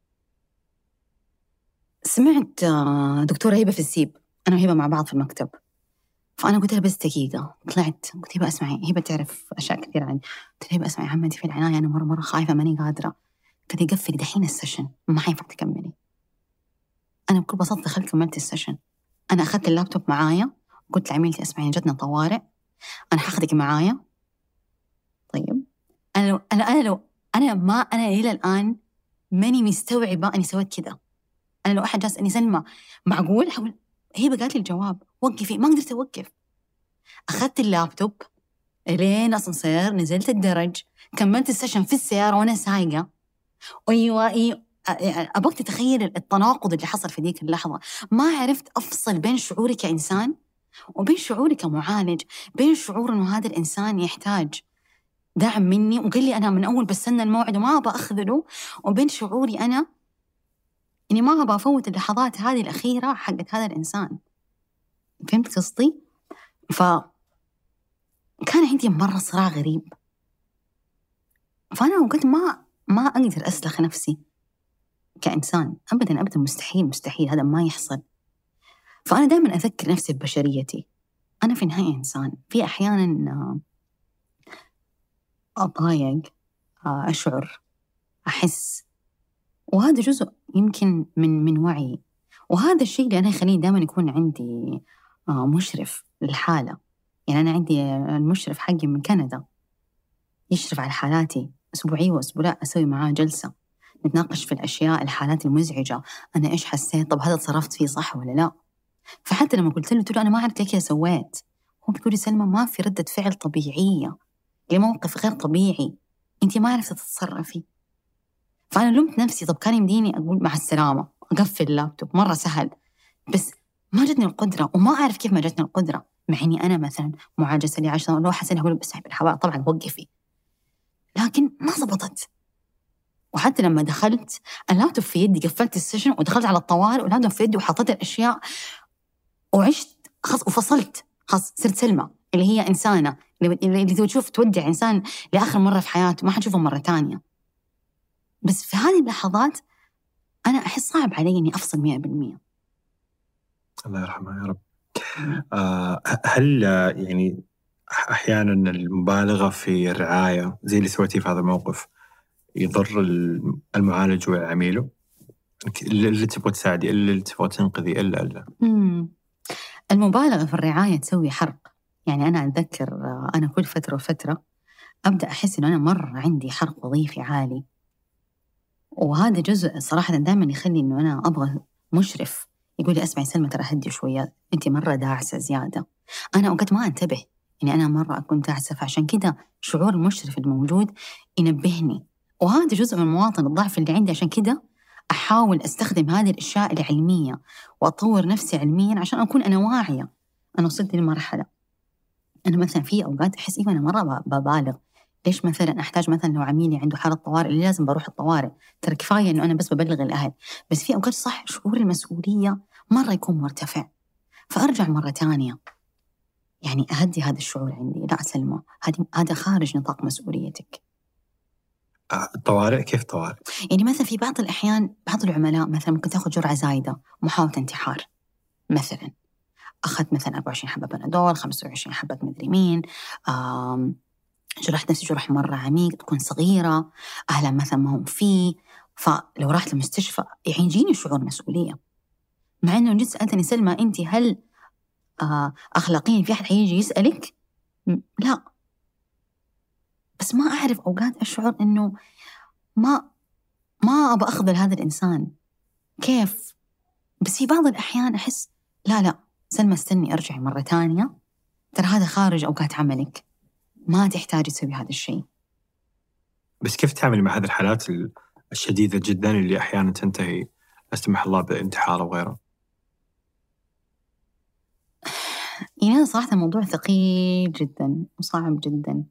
[SPEAKER 2] سمعت دكتورة هبة في السيب، أنا وهبة مع بعض في المكتب، فأنا قلت لها بس دقيقة، طلعت قلت هبة اسمعي، هبة تعرف أشياء كثير عني، قلت لها هبة اسمعي عمتي في العناية، أنا مرة خايفة ماني قادرة. قلت لي قفلي دحين السيشن، ما حينفع تكملي. أنا بكل بساطة دخلت كملت السيشن. أنا أخذت اللابتوب معايا، قلت لعميلتي اسمعي جتنا طوارئ، أنا حاخدك معايا. طيب أنا إلى الآن ماني مستوعبة أني سويت كذا. أنا لو أحد جالس أني سلمى معقول حول، هي بقالت لي الجواب وقفي، ما قدرت أوقف. أخذت اللابتوب لين أسانسير، نزلت الدرج، كملت السيشن في السيارة وأنا سايقة. أيوة أبغى تتخيل التناقض اللي حصل في ديك اللحظة. ما عرفت أفصل بين شعوري كإنسان وبين شعوري كمعالج، بين شعور إنه هذا الإنسان يحتاج دعم مني وقال لي أنا من أول بستنى الموعد وما أبغى أخذله، وبين شعوري أنا إني ما أبغى أفوت اللحظات هذه الأخيرة حقت هذا الإنسان. فهمت قصدي؟ فكان عندي مرة صراع غريب. فأنا وقت ما أقدر أسلخ نفسي كإنسان أبداً، مستحيل هذا ما يحصل. فأنا دائماً أذكر نفسي ببشريتي، أنا في النهاية إنسان، في أحياناً أضايق، أشعر، أحس، وهذا جزء يمكن من وعي. وهذا الشيء اللي أنا يخليني دائما يكون عندي مشرف للحالة. يعني أنا عندي المشرف حقي من كندا يشرف على حالاتي أسبوعي وأسبوع أسوي معاه جلسة نتناقش في الأشياء، الحالات المزعجة، أنا إيش حسيت، طب هذا تصرفت فيه صح ولا لا. فحتى لما قلت له أنا ما عرفت ليه كذا سويت، هو بيقول لي سلمى ما في ردة فعل طبيعية لموقف غير طبيعي، أنت ما عرفت تتصرفي. فأنا لومت نفسي، طب كان يمديني أقول مع السلامة أقفل اللابتوب، مرة سهل، بس ما جتني القدرة، وما أعرف كيف ما جتني القدرة، مع إني أنا مثلا معاجسة لي 10 لو حسن أقول بس بالحواء طبعا وقفي، لكن ما زبطت. وحتى لما دخلت اللابتوب في يدي قفلت السيشن ودخلت على الطوارئ واللابتوب في يدي وحطيت الأشياء وعشت خلاص وفصلت، خلاص صرت سلمى اللي هي إنسانة اللي تشوف تودع إنسان لآخر مرة في حياته ما حتشوفه مرة تانية. بس في هذه اللحظات أنا أحس صعب علي إني أفصل 100%.
[SPEAKER 3] الله يرحمه يا رب. هل يعني أحيانا المبالغة في الرعاية زي اللي سويتيه في هذا الموقف يضر المعالج وعميله؟ اللي تبغى تساعدي، اللي تبغى تنقذي، إلا
[SPEAKER 2] المبالغة في الرعاية تسوي حرق. يعني أنا أتذكر أنا كل فترة وفترة أبدأ أحس إنه أنا مرة عندي حرق وظيفي عالي، وهذا جزء صراحة دائما يخلي إنه أنا أبغى مشرف يقول لي أسمعي سلمى ترى هدي شوية، أنت مرة داعسة زيادة. أنا أوقات ما أنتبه يعني أنا مرة أكون داعسة، فعشان كده شعور المشرف الموجود ينبهني، وهذا جزء من مواطن الضعف اللي عندي. عشان كده أحاول أستخدم هذه الأشياء العلمية وأطور نفسي علميا عشان أكون أنا واعية. أنا وصلت لمرحلة أنا مثلا في أوقات أحس إيه أنا مرة ببالغ. ليش مثلا أحتاج مثلا لو عميلي عنده حالة طوارئ اللي لازم بروح الطوارئ، ترى كفاية إنه أنا بس ببلغ الأهل. بس في أوقات صح شعور المسؤولية مرة يكون مرتفع، فأرجع مرة تانية يعني أهدي هذا الشعور عندي. لا سلمى هذا خارج نطاق مسؤوليتك.
[SPEAKER 3] الطوارئ كيف طوارئ؟
[SPEAKER 2] يعني مثلا في بعض الأحيان بعض العملاء مثلا ممكن تأخذ جرعة زايدة، محاولة انتحار مثلا، أخذت مثلا 24 حبة بنادول، 25 حبة مدري مين، جرحت نفسي جرح مرة عميق، تكون صغيرة، أهلا مثلا ما هم فيه، فلو راحت المستشفى يعني يجيني شعور مسؤولية. مع إنه جيت سألتني سلمى أنت هل أخلاقيا في أحد حيجي يسألك؟ لا، بس ما أعرف أوقات أشعر إنه ما أبغى أخذل هذا الإنسان كيف. بس في بعض الأحيان أحس لا سلمى استني أرجعي مرة تانية، ترى هذا خارج أوقات عملك، ما تحتاج تسوي هذا الشيء.
[SPEAKER 3] بس كيف تعمل مع هذه الحالات الشديدة جدا اللي أحيانا تنتهي لا سمح الله بانتحار أو غيره؟
[SPEAKER 2] يعني هذا صراحة موضوع ثقيل جدا وصعب جدا.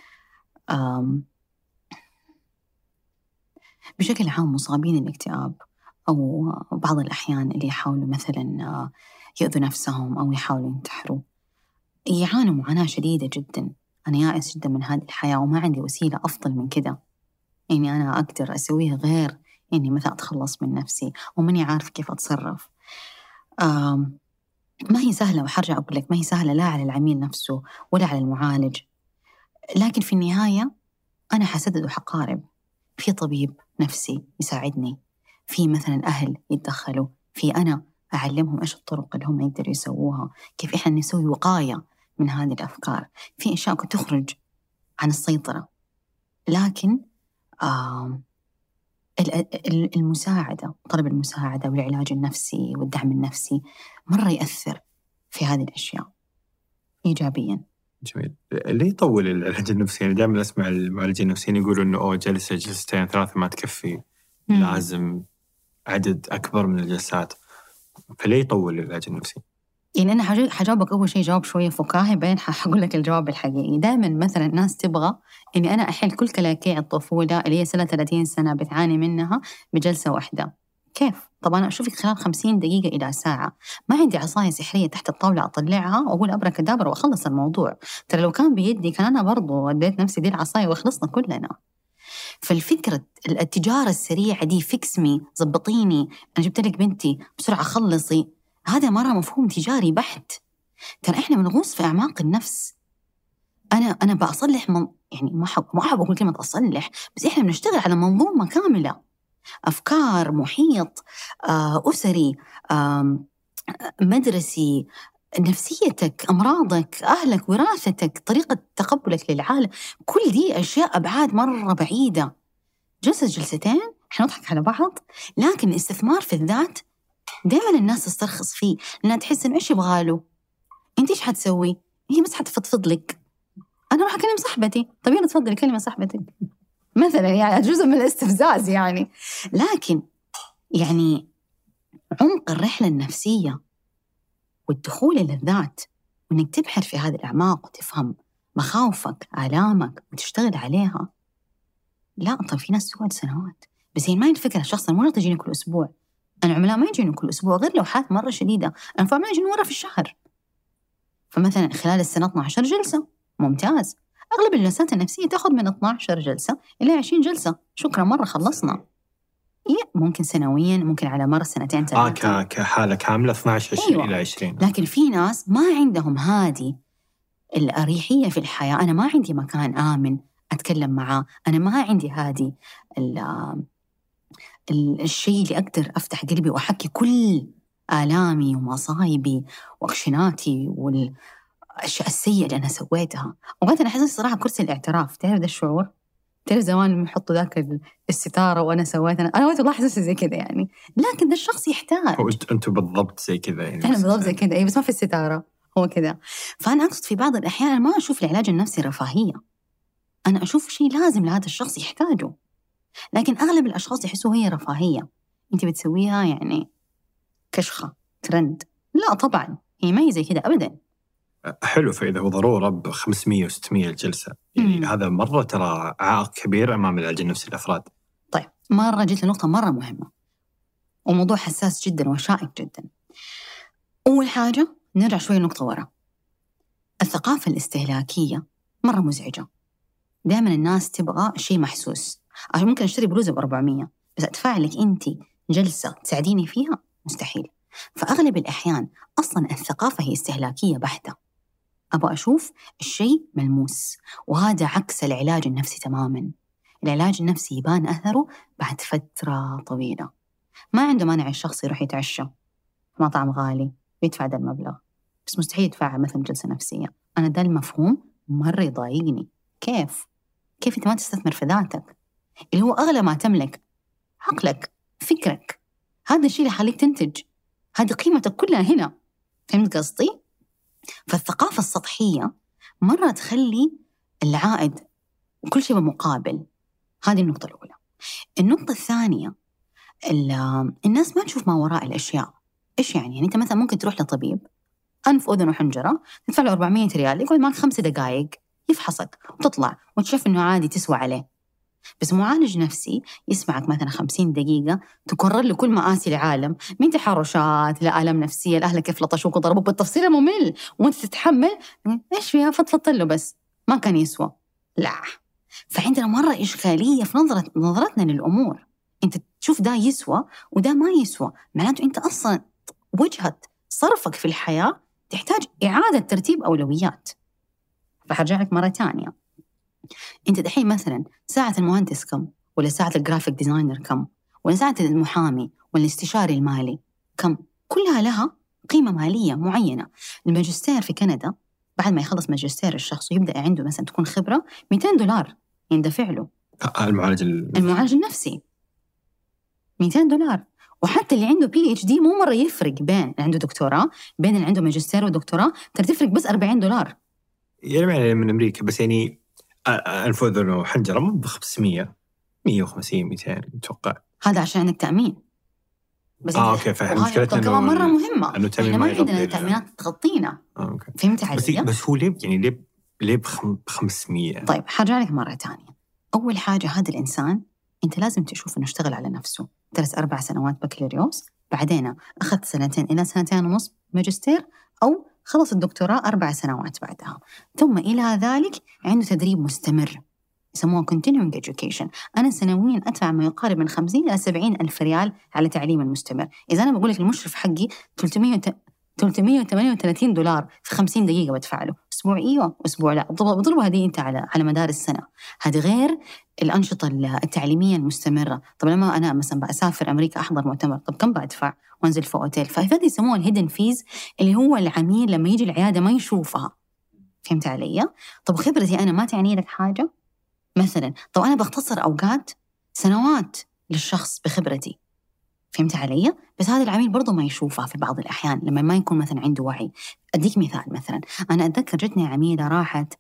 [SPEAKER 2] بشكل عام مصابين الاكتئاب أو بعض الأحيان اللي يحاولوا مثلا يؤذوا نفسهم أو يحاولوا ينتحروا يعانوا معاناة شديدة جدا. أنا يائس جدا من هذه الحياة وما عندي وسيلة أفضل من كده يعني أنا أقدر أسويه غير إني مثلا أتخلص من نفسي وماني عارف كيف أتصرف. ما هي سهلة، وحرجع أقول لك ما هي سهلة لا على العميل نفسه ولا على المعالج، لكن في النهاية أنا حسدد وحقارب. في طبيب نفسي يساعدني، في مثلا أهل يتدخلوا، في أنا أعلمهم إيش الطرق اللي هم يقدروا يسووها، كيف إحنا نسوي وقاية من هذه الأفكار. في أشياء كنت تخرج عن السيطرة، لكن المساعدة، طلب المساعدة والعلاج النفسي والدعم النفسي مرة يأثر في هذه الأشياء إيجابيا.
[SPEAKER 3] جميل. ليه يطول العلاج النفسي؟ يعني دائما أسمع المعالجين النفسيين يقولوا إنه جلسة جلستين ثلاثة ما تكفي، لازم عدد أكبر من الجلسات. فليه يطول العلاج النفسي؟
[SPEAKER 2] يعني أنا حجاوبك أول شيء جواب شوية فكاهي، بعدين حقول لك الجواب الحقيقي. دائما مثلا الناس تبغى إني أنا أحل كل كلاكيع الطفولة اللي هي 30 سنة بتعاني منها بجلسة واحدة. كيف؟ طبعا أنا أشوفك خلال 50 دقيقة إلى ساعة، ما عندي عصاية سحرية تحت الطاولة أطلعها وأقول أبركدابر وأخلص الموضوع. ترى لو كان بيدي كان أنا برضو وديت نفسي دي العصاية وخلصنا كلنا. فالفكرة التجارة السريعة دي فيكسمي زبطيني، أنا جبت لك بنتي بسرعة خلصي، هذا مرة مفهوم تجاري بحت. ترى إحنا بنغوص في أعماق النفس. أنا بأصلح يعني ما أحب أقول كلمة أصلح، بس إحنا بنشتغل على منظومة كاملة، أفكار، محيط أسري، مدرسي، نفسيتك، أمراضك، أهلك، وراثتك، طريقة تقبلك للعالم، كل دي أشياء أبعاد مرة بعيدة. جلستين إحنا نضحك على بعض، لكن الاستثمار في الذات دائما الناس تسترخص فيه، لأنها تحس إنه إيش يبغاله، أنت إيش حتسوي؟ هي بس حتفضفض لك. أنا راح أكلم صاحبتي، طب يلا تفضلي كلمة صاحبتك مثلا، يعني جزء من الاستفزاز يعني. لكن يعني عمق الرحلة النفسية والدخول إلى الذات وإنك تبحر في هذه الأعماق وتفهم مخاوفك، آلامك وتشتغل عليها، لا طب في ناس تقعد سنوات. بس هي ما الفكرة الشخص المرضى يجيني كل أسبوع، أنا عملاء ما يجيني كل أسبوع غير لو حالات مرة شديدة، أنا فما يجيني مرة في الشهر. فمثلا خلال السنة 12 جلسة ممتاز. أغلب الجلسات النفسية تأخذ من 12 جلسة إلى 20 جلسة، شكرا مرة خلصنا. ممكن سنويا، ممكن على مر سنتين ثلاثة
[SPEAKER 3] كحالة كاملة 12
[SPEAKER 2] أيوة.
[SPEAKER 3] إلى 20.
[SPEAKER 2] لكن في ناس ما عندهم هذه الأريحية في الحياة. أنا ما عندي مكان آمن أتكلم معاه، أنا ما عندي هذه الشيء اللي أقدر أفتح قلبي وأحكي كل آلامي ومصايبي وأكشناتي والأشياء السيئة اللي أنا سويتها. وقت أنا حسيت صراحة كرسي الاعتراف، تعرف ده الشعور؟ تعرف زمان يحطوا ذاك الستارة وأنا سويت، أنا والله حسيت زي كذا يعني. لكن ده الشخص يحتاج،
[SPEAKER 3] أنتوا بالضبط زي كذا يعني.
[SPEAKER 2] أنا بالضبط زي كذا، بس ما في الستارة، هو كذا. فأنا أقصد في بعض الأحيان ما أشوف العلاج النفسي رفاهية، أنا أشوف شيء لازم لهذا الشخص يحتاجه. لكن أغلب الأشخاص يحسوا هي رفاهية، أنت بتسويها يعني كشخة ترند. لا طبعا هي ما هي زي كذا أبدا.
[SPEAKER 3] حلو. فإذا هو ضرورة ب500 و600 الجلسة، يعني هذا مرة ترى عائق كبير أمام العلاج النفسي الأفراد.
[SPEAKER 2] طيب مرة جيت لنقطة مرة مهمة وموضوع حساس جدا وشائك جدا. أول حاجة نرجع شوية نقطة ورا. الثقافة الاستهلاكية مرة مزعجة. دائما الناس تبغى شيء محسوس. ممكن أشتري بلوزة ب400 بس أدفع لك أنت جلسة تساعديني فيها، مستحيل. فأغلب الأحيان أصلاً الثقافة هي استهلاكية بحتة. أبغى أشوف الشيء ملموس، وهذا عكس العلاج النفسي تماماً. العلاج النفسي يبان أثره بعد فترة طويلة. ما عنده مانع الشخص يروح يتعشى في مطعم غالي ويدفع ده المبلغ، بس مستحيل يدفع مثلا جلسة نفسية. أنا ده المفهوم مرة يضايقني. كيف أنت ما تستثمر في ذاتك اللي هو أغلى ما تملك؟ عقلك، فكرك، هذا الشيء اللي يخليك تنتج، هذه قيمتك كلها هنا. فهمت قصدي؟ فالثقافة السطحية مرة تخلي العائد وكل شيء بمقابل. هذه النقطة الأولى. النقطة الثانية، الناس ما تشوف ما وراء الأشياء. إيش يعني أنت مثلا ممكن تروح لطبيب أنف وأذن وحنجرة تدفع له 400 ريال، يقعد معك 5 دقائق يفحصك وتطلع وتشوف إنه عادي تسوى عليه. بس معالج نفسي يسمعك مثلا 50 دقيقة تكرر له كل مآسي العالم، من تحرشات لآلام نفسية لأهلك كيف لطشوك وضربوك بالتفصيل الممل، وأنت تتحمل. إيش فيها؟ فضفضت له بس ما كان يسوى. لا، فعندنا مرة إشكالية في نظرتنا للأمور. أنت تشوف ده يسوى وده ما يسوى، معناته أنت أصلا وجهة صرفك في الحياة تحتاج إعادة ترتيب أولويات. فحرجع لك مرة تانية، أنت دحين مثلا ساعة المهندس كم، ولا ساعة الجرافيك ديزاينر كم، ولا ساعة المحامي ولا الاستشاري المالي كم؟ كلها لها قيمة مالية معينة. الماجستير في كندا بعد ما يخلص ماجستير الشخص ويبدأ عنده مثلا تكون خبرة $200 يندفع له. المعالج النفسي $200. وحتى اللي عنده PhD مو مرة يفرق بين اللي عنده دكتوراه بين اللي عنده ماجستير ودكتوراه، ترى تفرق بس $40.
[SPEAKER 3] يعني من أمريكا بس يعني أنف وأذن وحنجرة مو ب500 150 200 أتوقع.
[SPEAKER 2] هذا عشان عندك تأمين بس.
[SPEAKER 3] أوكي فاهم.
[SPEAKER 2] مشكلتنا كمان مرة مهمة إنه
[SPEAKER 3] إحنا
[SPEAKER 2] ما عندنا تأمينات تغطينا. فهمت علي؟
[SPEAKER 3] بس هو ليه ب500؟
[SPEAKER 2] طيب حرجع لك مرة تانية. أول حاجة هذا الإنسان أنت لازم تشوف إنه اشتغل على نفسه 3-4 سنوات بكالوريوس، بعدين أخذ 2 إلى 2.5 ماجستير، أو خلص الدكتوراه 4 سنوات بعدها، ثم إلى ذلك عنده تدريب مستمر يسموه continuing education. أنا سنويا أدفع ما يقارب من 50 إلى 70 ألف ريال على تعليم المستمر. إذا أنا بقول لك المشرف حقي $338 في 50 دقيقة بدفع له، أسبوع إيوه أسبوع لا، بضربوا هذه أنت على مدار السنة. هذه غير الأنشطة التعليمية المستمرة. طب لما أنا مثلا بأسافر أمريكا أحضر مؤتمر، طب كم بدفع وأنزل في أوتيل؟ فهذا يسموه الهيدن فيز، اللي هو العميل لما يجي العيادة ما يشوفها. فهمت علي؟ طب خبرتي أنا ما تعني لك حاجة مثلا؟ طب أنا بختصر أوقات سنوات للشخص بخبرتي. فهمت علي؟ بس هذا العميل برضو ما يشوفها في بعض الأحيان لما ما يكون مثلا عنده وعي. أديك مثال، مثلا أنا أتذكر جتني عميلة راحت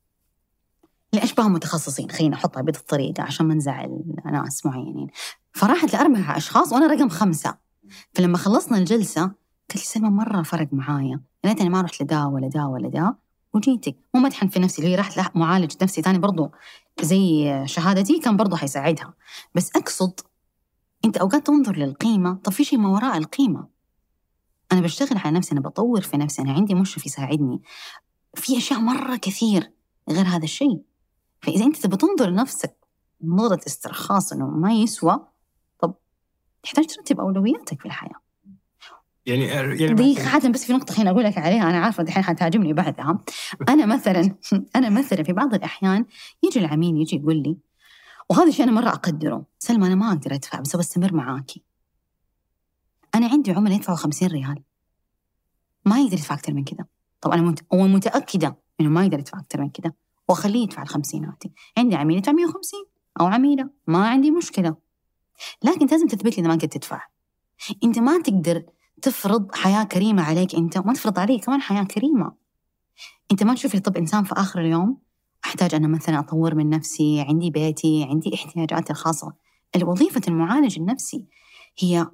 [SPEAKER 2] لأشباه متخصصين، خلينا أحطها بهذه الطريقة عشان ما نزعل ناس معينين، فراحت ل4 أشخاص وأنا رقم 5. فلما خلصنا الجلسة قالت لي سلمى مرة فرق معايا، ليتني ما رحت لدا ولا دا ولا دا وجيتك. مو مدحن في نفسي، اللي راحت معالج نفسي تاني برضو زي شهادتي كان برضو حيساعدها. بس أقصد أنت أوقات تنظر للقيمة، طب في شيء ما وراء القيمة. أنا بشتغل على نفسي، أنا بطور في نفسي، أنا عندي مشرف يساعدني، في أشياء مرة كثير غير هذا الشيء. فإذا أنت تبى تنظر لنفسك نظرة استرخاص إنه ما يسوى، طب تحتاج ترتب أولوياتك في الحياة.
[SPEAKER 3] يعني
[SPEAKER 2] دي حاجة بس في نقطة حين أقول لك عليها، أنا عارفة الحين حتعجبني بعدها. أنا مثلا في بعض الأحيان يجي العميل يجي يقول لي، وهذا الشيء أنا مرة أقدره، سلمى أنا ما أقدر أدفع بس بستمر معاكي. أنا عندي عملاء يدفعوا 50 ريال، ما يقدر يدفع أكثر من كده. طب أنا متأكدة إنه ما يقدر يدفع أكثر من كده، وأخليه يدفع 50. عندي عميل يدفع 150 أو عميلة، ما عندي مشكلة. لكن أنت لازم تثبت لي إذا ما قدرت تدفع. أنت ما تقدر تفرض حياة كريمة عليك أنت، وما تفرض عليك كمان حياة كريمة. أنت ما تشوف لي طب إنسان في آخر اليوم أحتاج أنا مثلا أطور من نفسي، عندي بيتي، عندي احتياجاتي الخاصة. الوظيفة المعالج النفسي هي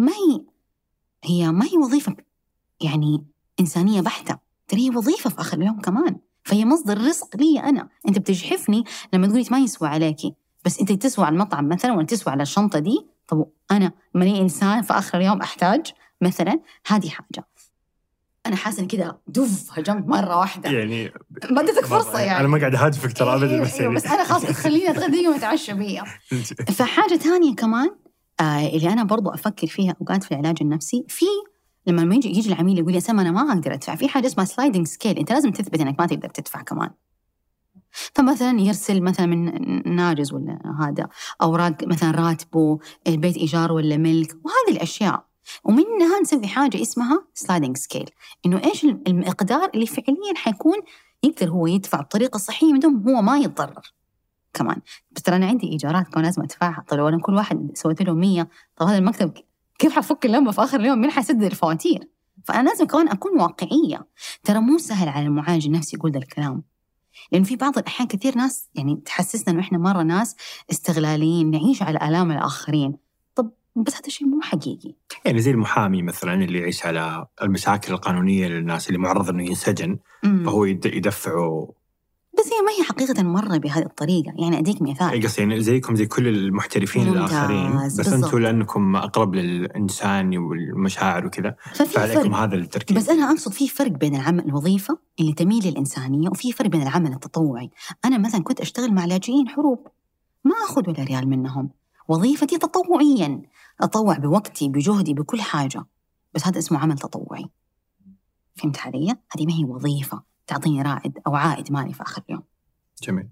[SPEAKER 2] ما هي وظيفة يعني إنسانية بحتة، ترى هي وظيفة في آخر اليوم كمان، فهي مصدر رزق لي أنا. أنت بتجحفني لما تقولي ما يسوى عليكي، بس أنت تسوى على المطعم مثلا ولا تسوى على الشنطة دي. طب أنا ماني إنسان في آخر اليوم أحتاج مثلا هذه حاجة. أنا حاسة كده هجمت مرة واحدة،
[SPEAKER 3] يعني
[SPEAKER 2] ما اديتك فرصة يعني.
[SPEAKER 3] أنا ما قاعد أهادفك ترى أبدا،
[SPEAKER 2] بس أنا خلاص تخليني أتغدى وأتعشى بيا. فحاجة تانية كمان اللي أنا برضو أفكر فيها أوقات في العلاج النفسي، في لما يجي العميل يقول يا سما أنا ما أقدر أدفع، في حاجة اسمها سلايدنج سكيل، أنت لازم تثبت أنك ما تقدر تدفع كمان. فمثلا يرسل مثلا من ناجز ولا هذا أوراق مثلا راتبه، البيت إيجار ولا ملك، وهذه الأشياء. ومنها نسوي حاجة اسمها سلايدنج سكيل، إنه إيش المقدار اللي فعليا حيكون يقدر هو يدفع بطريقة صحية من دون هو ما يتضرر كمان. بس ترى أنا عندي إيجارات كمان لازم أدفعها. طيب لو أنا كل واحد سويت له 100، طب هذا المكتب كيف حفك اللمبة في آخر اليوم؟ مين حيسدد الفواتير؟ فأنا لازم كمان أكون واقعية. ترى مو سهل على المعالج النفسي يقول ذا الكلام، لأن في بعض الأحيان كثير ناس يعني تحسسنا إنه إحنا مرة ناس استغلاليين، نعيش على آلام الآخرين. طب بس هذا شيء مو حقيقي.
[SPEAKER 3] يعني زي المحامي مثلا اللي يعيش على المشاكل القانونية للناس اللي معرض إنه ينسجن، فهو يدفعه.
[SPEAKER 2] بس هي ما هي حقيقة مرة بهذه الطريقة. يعني أديك مثال،
[SPEAKER 3] قصدي يعني زيكم زي كل المحترفين الآخرين، بس أنتوا لأنكم أقرب للإنسان والمشاعر وكذا فعليكم هذا التركيز.
[SPEAKER 2] بس أنا أقصد في فرق بين العمل الوظيفة اللي تميل للإنسانية، وفي فرق بين العمل التطوعي. أنا مثلا كنت أشتغل مع لاجئين حروب، ما أخذ ولا ريال منهم، وظيفتي تطوعيا، أطوع بوقتي بجهدي بكل حاجة، بس هذا اسمه عمل تطوعي. فهمت علي؟ هذه ما هي وظيفة تعطيني رائد أو عائد مالي في آخر اليوم.
[SPEAKER 3] جميل.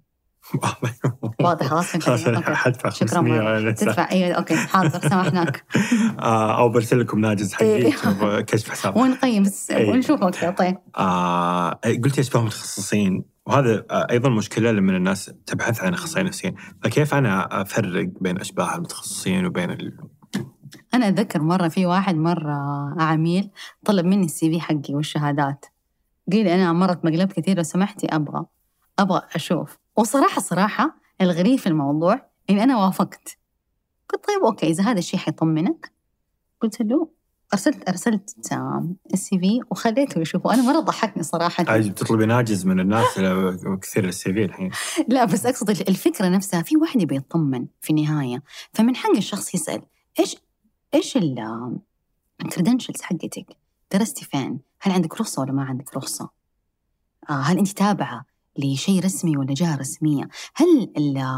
[SPEAKER 2] واضح خلاص.
[SPEAKER 3] حدفع
[SPEAKER 2] 500 تدفع. أي أوكي حاضر سامحناك.
[SPEAKER 3] أو برسل لكم ناجز حقي كشف حساب
[SPEAKER 2] ونقيم بس ونشوف وقتها. طيب
[SPEAKER 3] قلت أشباه متخصصين، وهذا أيضا مشكلة لما الناس تبحث عن أخصائيين نفسيين. فكيف أنا أفرق بين أشباه المتخصصين وبين
[SPEAKER 2] أنا أتذكر مرة في واحد مرة عميل طلب مني الCV حقي والشهادات، قيل أنا مرت مقلب كثير لو سمحتي أبغى أشوف. وصراحة الغريب في الموضوع إن أنا وافقت. قلت طيب أوكي إذا هذا الشيء حيطمنك. قلت له أرسلت الCV وخليته يشوفه. أنا مرة ضحكني صراحة.
[SPEAKER 3] تطلبي ناجز من الناس كثير الCV الحين.
[SPEAKER 2] لا بس أقصد الفكرة نفسها، في واحد بيطمن في النهاية، فمن حق الشخص يسأل إيش الكريدنشلز حقتك؟ درستي فين؟ هل عندك رخصة ولا ما عندك رخصة؟ هل أنت تابعة لشيء رسمي ولا جهة رسمية؟ هل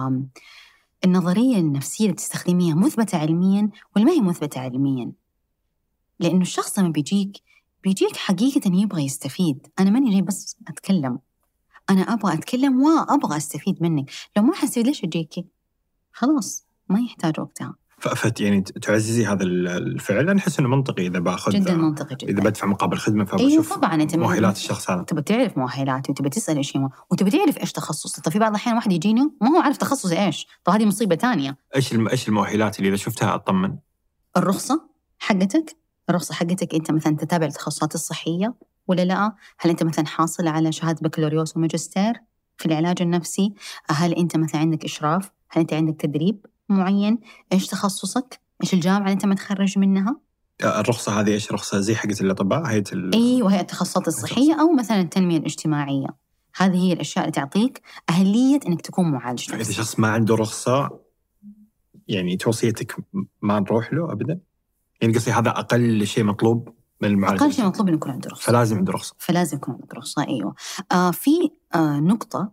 [SPEAKER 2] النظرية النفسية اللي بتستخدميها مثبتة علميا ولا ما هي مثبتة علميا؟ لأنه الشخص لما بيجيك حقيقة يبغى يستفيد. أنا ماني جاي بس أتكلم، أنا أبغى أتكلم وأبغى أستفيد منك. لو ما حستفيد ليش أجيكي؟ خلاص ما يحتاج وقتها.
[SPEAKER 3] يعني تعززي هذا الفعل. أنا أحس إنه منطقي إذا باخذ
[SPEAKER 2] جدا منطقي جدا.
[SPEAKER 3] إذا بدفع مقابل خدمة
[SPEAKER 2] فبشوف طبعا أنت
[SPEAKER 3] مؤهلات الشخص هذا.
[SPEAKER 2] تبى تعرف مؤهلاته وتبى تسأل إيش هو وتبى تعرف إيش تخصصه. طب في بعض الأحيان واحد يجيني ما هو عارف تخصص إيش، طب هذه مصيبة تانية.
[SPEAKER 3] إيش المؤهلات اللي إذا شفتها أطمن؟
[SPEAKER 2] الرخصة حقتك أنت مثلا تتابع التخصصات الصحية ولا لا؟ هل أنت مثلا حاصل على شهادة بكالوريوس وماجستير في العلاج النفسي؟ هل أنت مثلا عندك إشراف؟ هل أنت عندك تدريب معين؟ إيش تخصصك؟ إيش الجامعة اللي أنت متخرج منها؟
[SPEAKER 3] الرخصة هذه إيش رخصة زي حقة الأطباء؟
[SPEAKER 2] وهي التخصصات الصحية أو مثلا التنمية الاجتماعية. هذه هي الأشياء اللي تعطيك أهلية إنك تكون معالج نفسي.
[SPEAKER 3] إذا شخص ما عنده رخصة يعني توصيتك ما نروح له أبدا. يعني قصدي هذا أقل شيء مطلوب من المعالج.
[SPEAKER 2] أقل شيء مطلوب إنه يكون عنده رخصة.
[SPEAKER 3] فلازم عنده رخصة.
[SPEAKER 2] فلازم يكون عنده رخصة. أيوة. في نقطة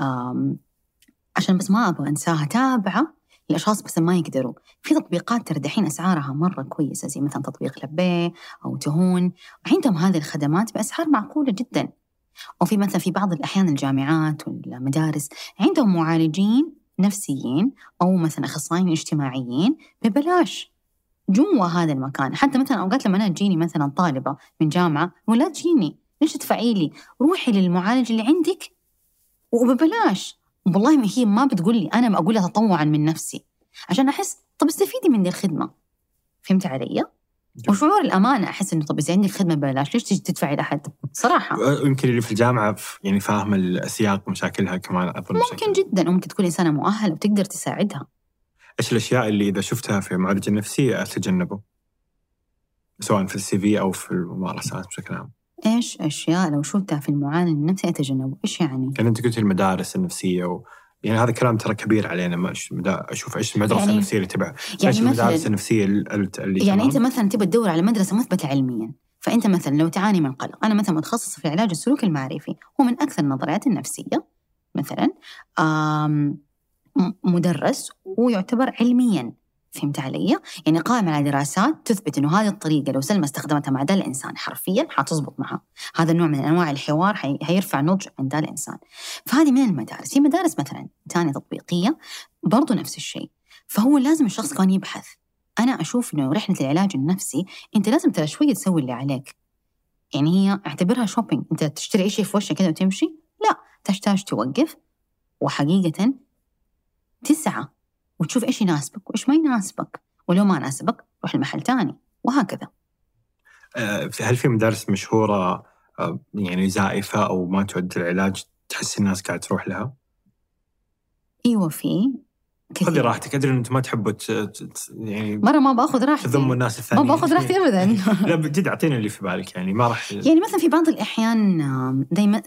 [SPEAKER 2] عشان بس ما أبغى أنساها، تابعة الأشخاص بس ما يقدروا. في تطبيقات ترى دحين أسعارها مرة كويسة زي مثلا تطبيق لبيه أو تهون، عندهم هذه الخدمات بأسعار معقولة جدا. وفي مثلا في بعض الأحيان الجامعات والمدارس عندهم معالجين نفسيين أو مثلا أخصائيين اجتماعيين ببلاش جوا هذا المكان. حتى مثلا أوقات لما أنا تجيني مثلا طالبة من جامعة ولا تجيني ليش تدفعي لي، روحي للمعالج اللي عندك وببلاش. والله هي ما بتقول لي، أنا بقول لها تطوعا من نفسي عشان أحس طب استفيدي من دي الخدمة. فهمت علي؟ وشعور الأمانة أحس إنه طب إذا عندي الخدمة ببلاش ليش تجي تدفعي لأحد صراحة.
[SPEAKER 3] يمكن اللي في الجامعة يعني فاهم السياق مشاكلها كمان أظن
[SPEAKER 2] ممكن جدا، وممكن تكون إنسانة مؤهلة وتقدر تساعدها.
[SPEAKER 3] إيش الأشياء اللي إذا شفتها في معالج النفسي أتجنبه سواء في الCV أو في الممارسات بشكل عام؟
[SPEAKER 2] إيش أشياء لو شفتها في المعالج النفسي أتجنبه؟ إيش يعني؟
[SPEAKER 3] يعني أنت قلت المدارس النفسية يعني هذا الكلام ترى كبير علينا. ما أشوف إيش المدرسة يعني النفسية اللي تبع إيش المدارس النفسية اللي
[SPEAKER 2] يعني أنت مثلا تبى تدور على مدرسة مثبتة علميا. فأنت مثلا لو تعاني من قلق، أنا مثلا متخصصة في علاج السلوك المعرفي، هو من أكثر النظريات النفسية مثلا، مدرس ويعتبر علميا فهمت علي؟ يعني قائم على دراسات تثبت إنه هذه الطريقة لو سلمى استخدمتها مع ذا الإنسان حرفياً حتزبط معه. هذا النوع من أنواع الحوار هيرفع نضج عند ذا الإنسان. فهذه من المدارس. في مدارس مثلاً تانية تطبيقية برضو نفس الشيء. فهو لازم الشخص كان يبحث. أنا أشوف إنه رحلة العلاج النفسي أنت لازم ترى شوية تسوي اللي عليك. يعني هي اعتبرها شوبينج. أنت تشتري أي شيء في وشك كده وتمشي؟ لا، تحتاج توقف وحقيقة تسعى وتشوف إيش يناسبك وإيش ما يناسبك، ولو ما يناسبك روح المحل تاني، وهكذا.
[SPEAKER 3] هل في مدارس مشهورة يعني زائفة أو ما تؤدي العلاج تحس الناس قاعدة تروح لها؟
[SPEAKER 2] ايوه في كثير.
[SPEAKER 3] خذي راحتك، ادري ان انت ما تحبوا يعني
[SPEAKER 2] مره ما باخذ راحتي،
[SPEAKER 3] تذموا الناس الثانيين.
[SPEAKER 2] ما باخذ راحتي ابدا.
[SPEAKER 3] لا بجد اعطيني اللي في بالك، يعني ما راح
[SPEAKER 2] يعني مثلا في بعض الاحيان دائما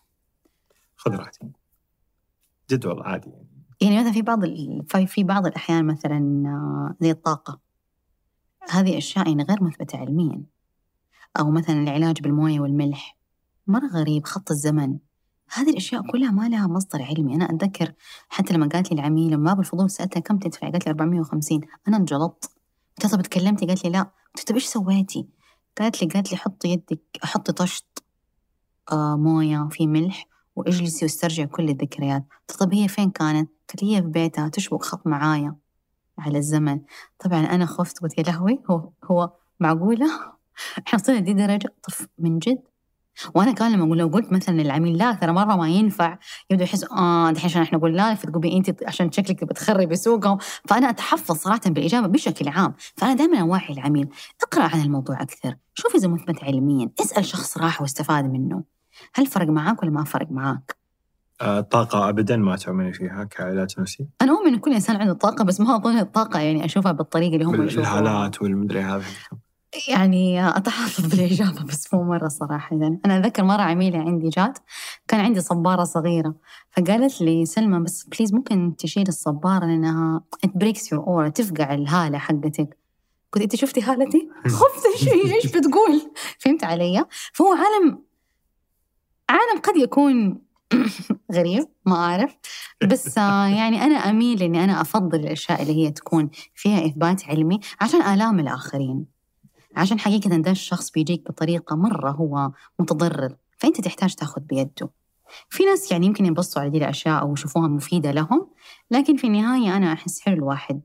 [SPEAKER 3] خذ راحتك جد والله عادي.
[SPEAKER 2] يعني مثلا في بعض الاحيان مثلا زي الطاقه، هذه اشياء يعني غير مثبته علميا. او مثلا العلاج بالمويه والملح، مره غريب. خط الزمن، هذه الأشياء كلها ما لها مصدر علمي. أنا أتذكر حتى لما قالت لي العميلة ما بالفضول سألتها كم تدفع، قالت لي 450. أنا انجلطت. طب تكلمتي؟ قالت لي لا. قلت طب إيش سويتي؟ قالت لي حطي طشت موية في ملح واجلسي واسترجعي كل الذكريات. طب هي فين كانت؟ قالت لي هي في بيتها تشبك خط معايا على الزمن. طبعا أنا خفت، قلت يا لهوي، هو معقولة إحنا وصلنا دي درجة؟ طف من جد. وأنا كان لما لو قلت مثلا للعميل لا ترى مرة ما ينفع، يبدو يحس دحين عشان إحنا نقول لا فتقولي أنت عشان شكلك بتخربي سوقهم. فأنا أتحفظ صراحة بالإجابة بشكل عام. فأنا دائما أوعي العميل اقرأ عن الموضوع أكثر، شوف إذا مثبت علميا، اسأل شخص راح واستفاد منه، هل فرق معاك ولا ما فرق معاك؟
[SPEAKER 3] طاقة أبدا ما تؤمني فيها كعلاج نفسي؟
[SPEAKER 2] أنا أؤمن إن كل إنسان عنده طاقة، بس ما أظن الطاقة يعني أشوفها بالطريقة اللي هم يشوفوها.
[SPEAKER 3] الهالات والمدري هذا
[SPEAKER 2] يعني أتحفظ بالإجابة بس مو مرة صراحة. أنا أذكر مرة عميلة عندي جات، كان عندي صبارة صغيرة، فقالت لي سلمى بس بليز ممكن تشيل الصبارة لأنها it breaks your aura، تفقع الهالة حقتك. قلت أنت شفتي هالتي؟ خفت إيش بتقول؟ فهمت علي؟ فهو عالم قد يكون غريب، ما أعرف، بس يعني أنا أميل إني أنا أفضل الأشياء اللي هي تكون فيها إثبات علمي عشان آلام الآخرين. عشان حقيقة ده الشخص بيجيك بطريقة مرة هو متضرر، فأنت تحتاج تاخذ بيده. في ناس يعني يمكن ينبسطوا على دي الأشياء أو يشوفوها مفيدة لهم، لكن في النهاية أنا أحس حلو الواحد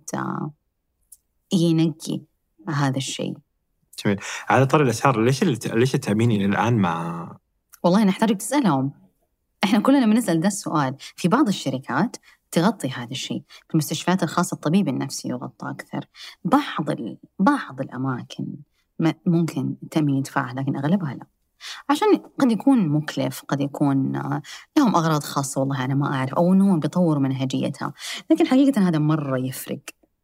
[SPEAKER 2] ينقي هذا الشيء.
[SPEAKER 3] جميل. على طار الأسعار، ليش التأمين إلى الآن مع؟
[SPEAKER 2] والله نحتاج تسألهم. إحنا كلنا بنسأل ده السؤال. في بعض الشركات تغطي هذا الشيء، في المستشفيات الخاصة الطبيب النفسي يغطى أكثر. بعض الأماكن ممكن التأمين يدفعها، لكن أغلبها لا، عشان قد يكون مكلف، قد يكون لهم أغراض خاصة، والله أنا ما أعرف، أو أنهم بيطوروا منهجيتها. لكن حقيقة هذا مرة يفرق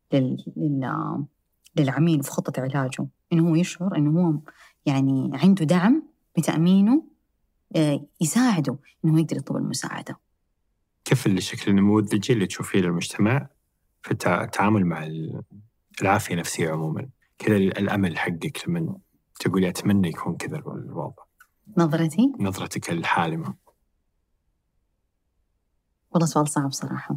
[SPEAKER 2] للعميل في خطة علاجه، إنه هو يشعر إنه هو يعني عنده دعم بتأمينه يساعده إنه يقدر يطلب المساعدة.
[SPEAKER 3] كيف الشكل النموذجي اللي تشوفيه للمجتمع في التعامل مع العافية النفسية عموما؟ كذا الأمل حقك لمن تقولي أتمنى يكون كذا الوضع. نظرتك الحالمة.
[SPEAKER 2] والله سؤال صعب صراحة.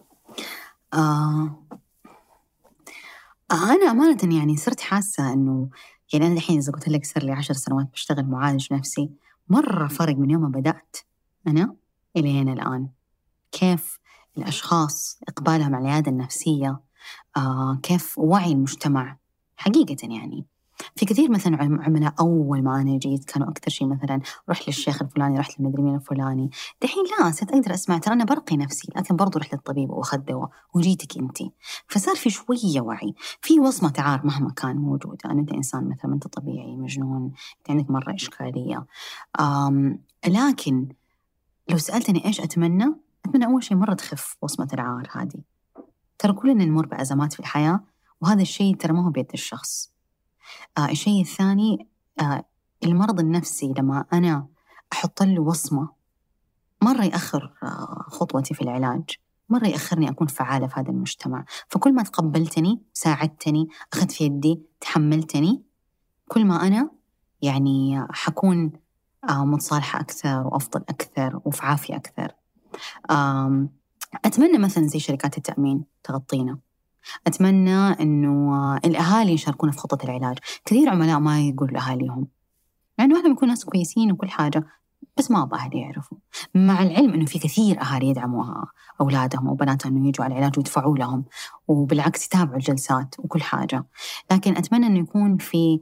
[SPEAKER 2] أنا أمانة يعني صرت حاسة إنه يعني أنا الحين إذا قلت لك صار لي 10 سنوات بشتغل معالج نفسي، مرة فرق من يوم ما بدأت أنا إلى هنا الآن. كيف الأشخاص إقبالهم على العيادة النفسية، كيف وعي المجتمع حقيقة. يعني في كثير مثلا عملاء أول ما أنا جيت كانوا أكثر شيء مثلا رحت للشيخ الفلاني، رحت للمدري مين الفلاني. دحين لا، صرت أقدر أسمع ترى أنا برقي نفسي، لكن برضو رحت للطبيب وأخذ دواء وجيتك أنتي. فصار في شوية وعي، في وصمة عار مهما كان موجودة أن أنت إنسان مثلا أنت طبيعي مجنون، أنت عندك مرة إشكالية. لكن لو سألتني إيش أتمنى أول شيء مرة تخف وصمة العار هذه. ترى كلنا نمر بأزمات في الحياة، وهذا الشيء ترى ما هو بيد الشخص. الشيء الثاني المرض النفسي لما أنا أحط له وصمة مرة يأخر خطوتي في العلاج، مرة يأخرني أكون فعالة في هذا المجتمع. فكل ما تقبلتني، ساعدتني، أخذت في يدي، تحملتني، كل ما أنا يعني حكون متصالحة أكثر وأفضل أكثر وفي عافية أكثر. أتمنى مثلا زي شركات التأمين تغطينا. أتمنى إنه الأهالي يشاركونا في خطة العلاج. كثير عملاء ما يقول لأهاليهم، لأنه إحنا بنكون ناس كويسين وكل حاجة، بس ما أبغى أهلي يعرفوا، مع العلم إنه في كثير أهالي يدعموا أولادهم أو بناتهم إنه يجوا على العلاج ويدفعوا لهم، وبالعكس يتابعوا الجلسات وكل حاجة. لكن أتمنى إنه يكون في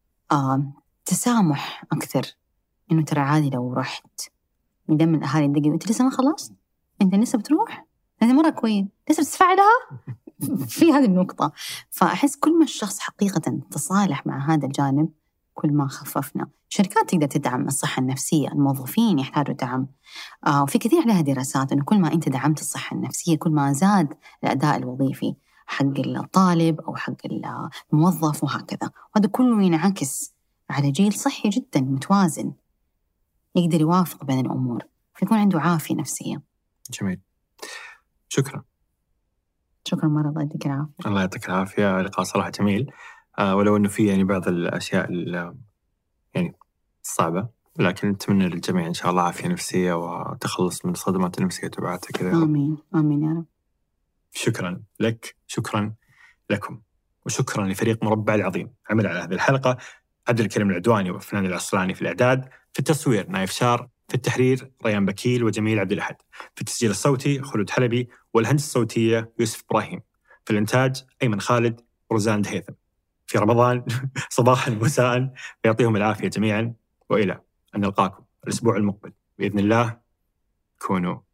[SPEAKER 2] تسامح أكثر، إنه ترى عادي لو رحت، يدم الأهالي يدقي وأنت لسه ما خلصت، أنت لسه بتروح، أنت مرة كويس، لسه بتدفع لها في هذه النقطة. فأحس كل ما الشخص حقيقة تصالح مع هذا الجانب كل ما خففنا. شركات تقدر تدعم الصحة النفسية، الموظفين يحتاجوا دعم، وفي كثير عليها دراسات إنه كل ما أنت دعمت الصحة النفسية كل ما زاد الأداء الوظيفي حق الطالب أو حق الموظف وهكذا. وهذا كله ينعكس على جيل صحي جدا متوازن يقدر يوافق بين الأمور، فيكون عنده عافية نفسية.
[SPEAKER 3] جميل، شكرا.
[SPEAKER 2] شكرا مرة، الله يعطيك العافية.
[SPEAKER 3] الله يعطيك العافية، لقاء صراحة جميل. ولو إنه في يعني بعض الأشياء يعني صعبة، لكن نتمنى للجميع إن شاء الله عافية نفسية وتخلص من الصدمات النفسية تبعتها كذا.
[SPEAKER 2] آمين آمين يا رب.
[SPEAKER 3] شكرا لك، شكرا لكم، وشكرا لفريق مربع العظيم عمل على هذه الحلقة: عبد الكريم العدواني وفنان العصراني في الإعداد، في التصوير نايف شار، في التحرير ريان بكيل وجميل عبد الأحد، في التسجيل الصوتي خلود حلبي، والهندسة الصوتية يوسف إبراهيم، في الإنتاج أيمن خالد ورزان دهيثم. في رمضان صباحا ومساء، يعطيهم العافية جميعا، وإلى أن نلقاكم الأسبوع المقبل بإذن الله. كونوا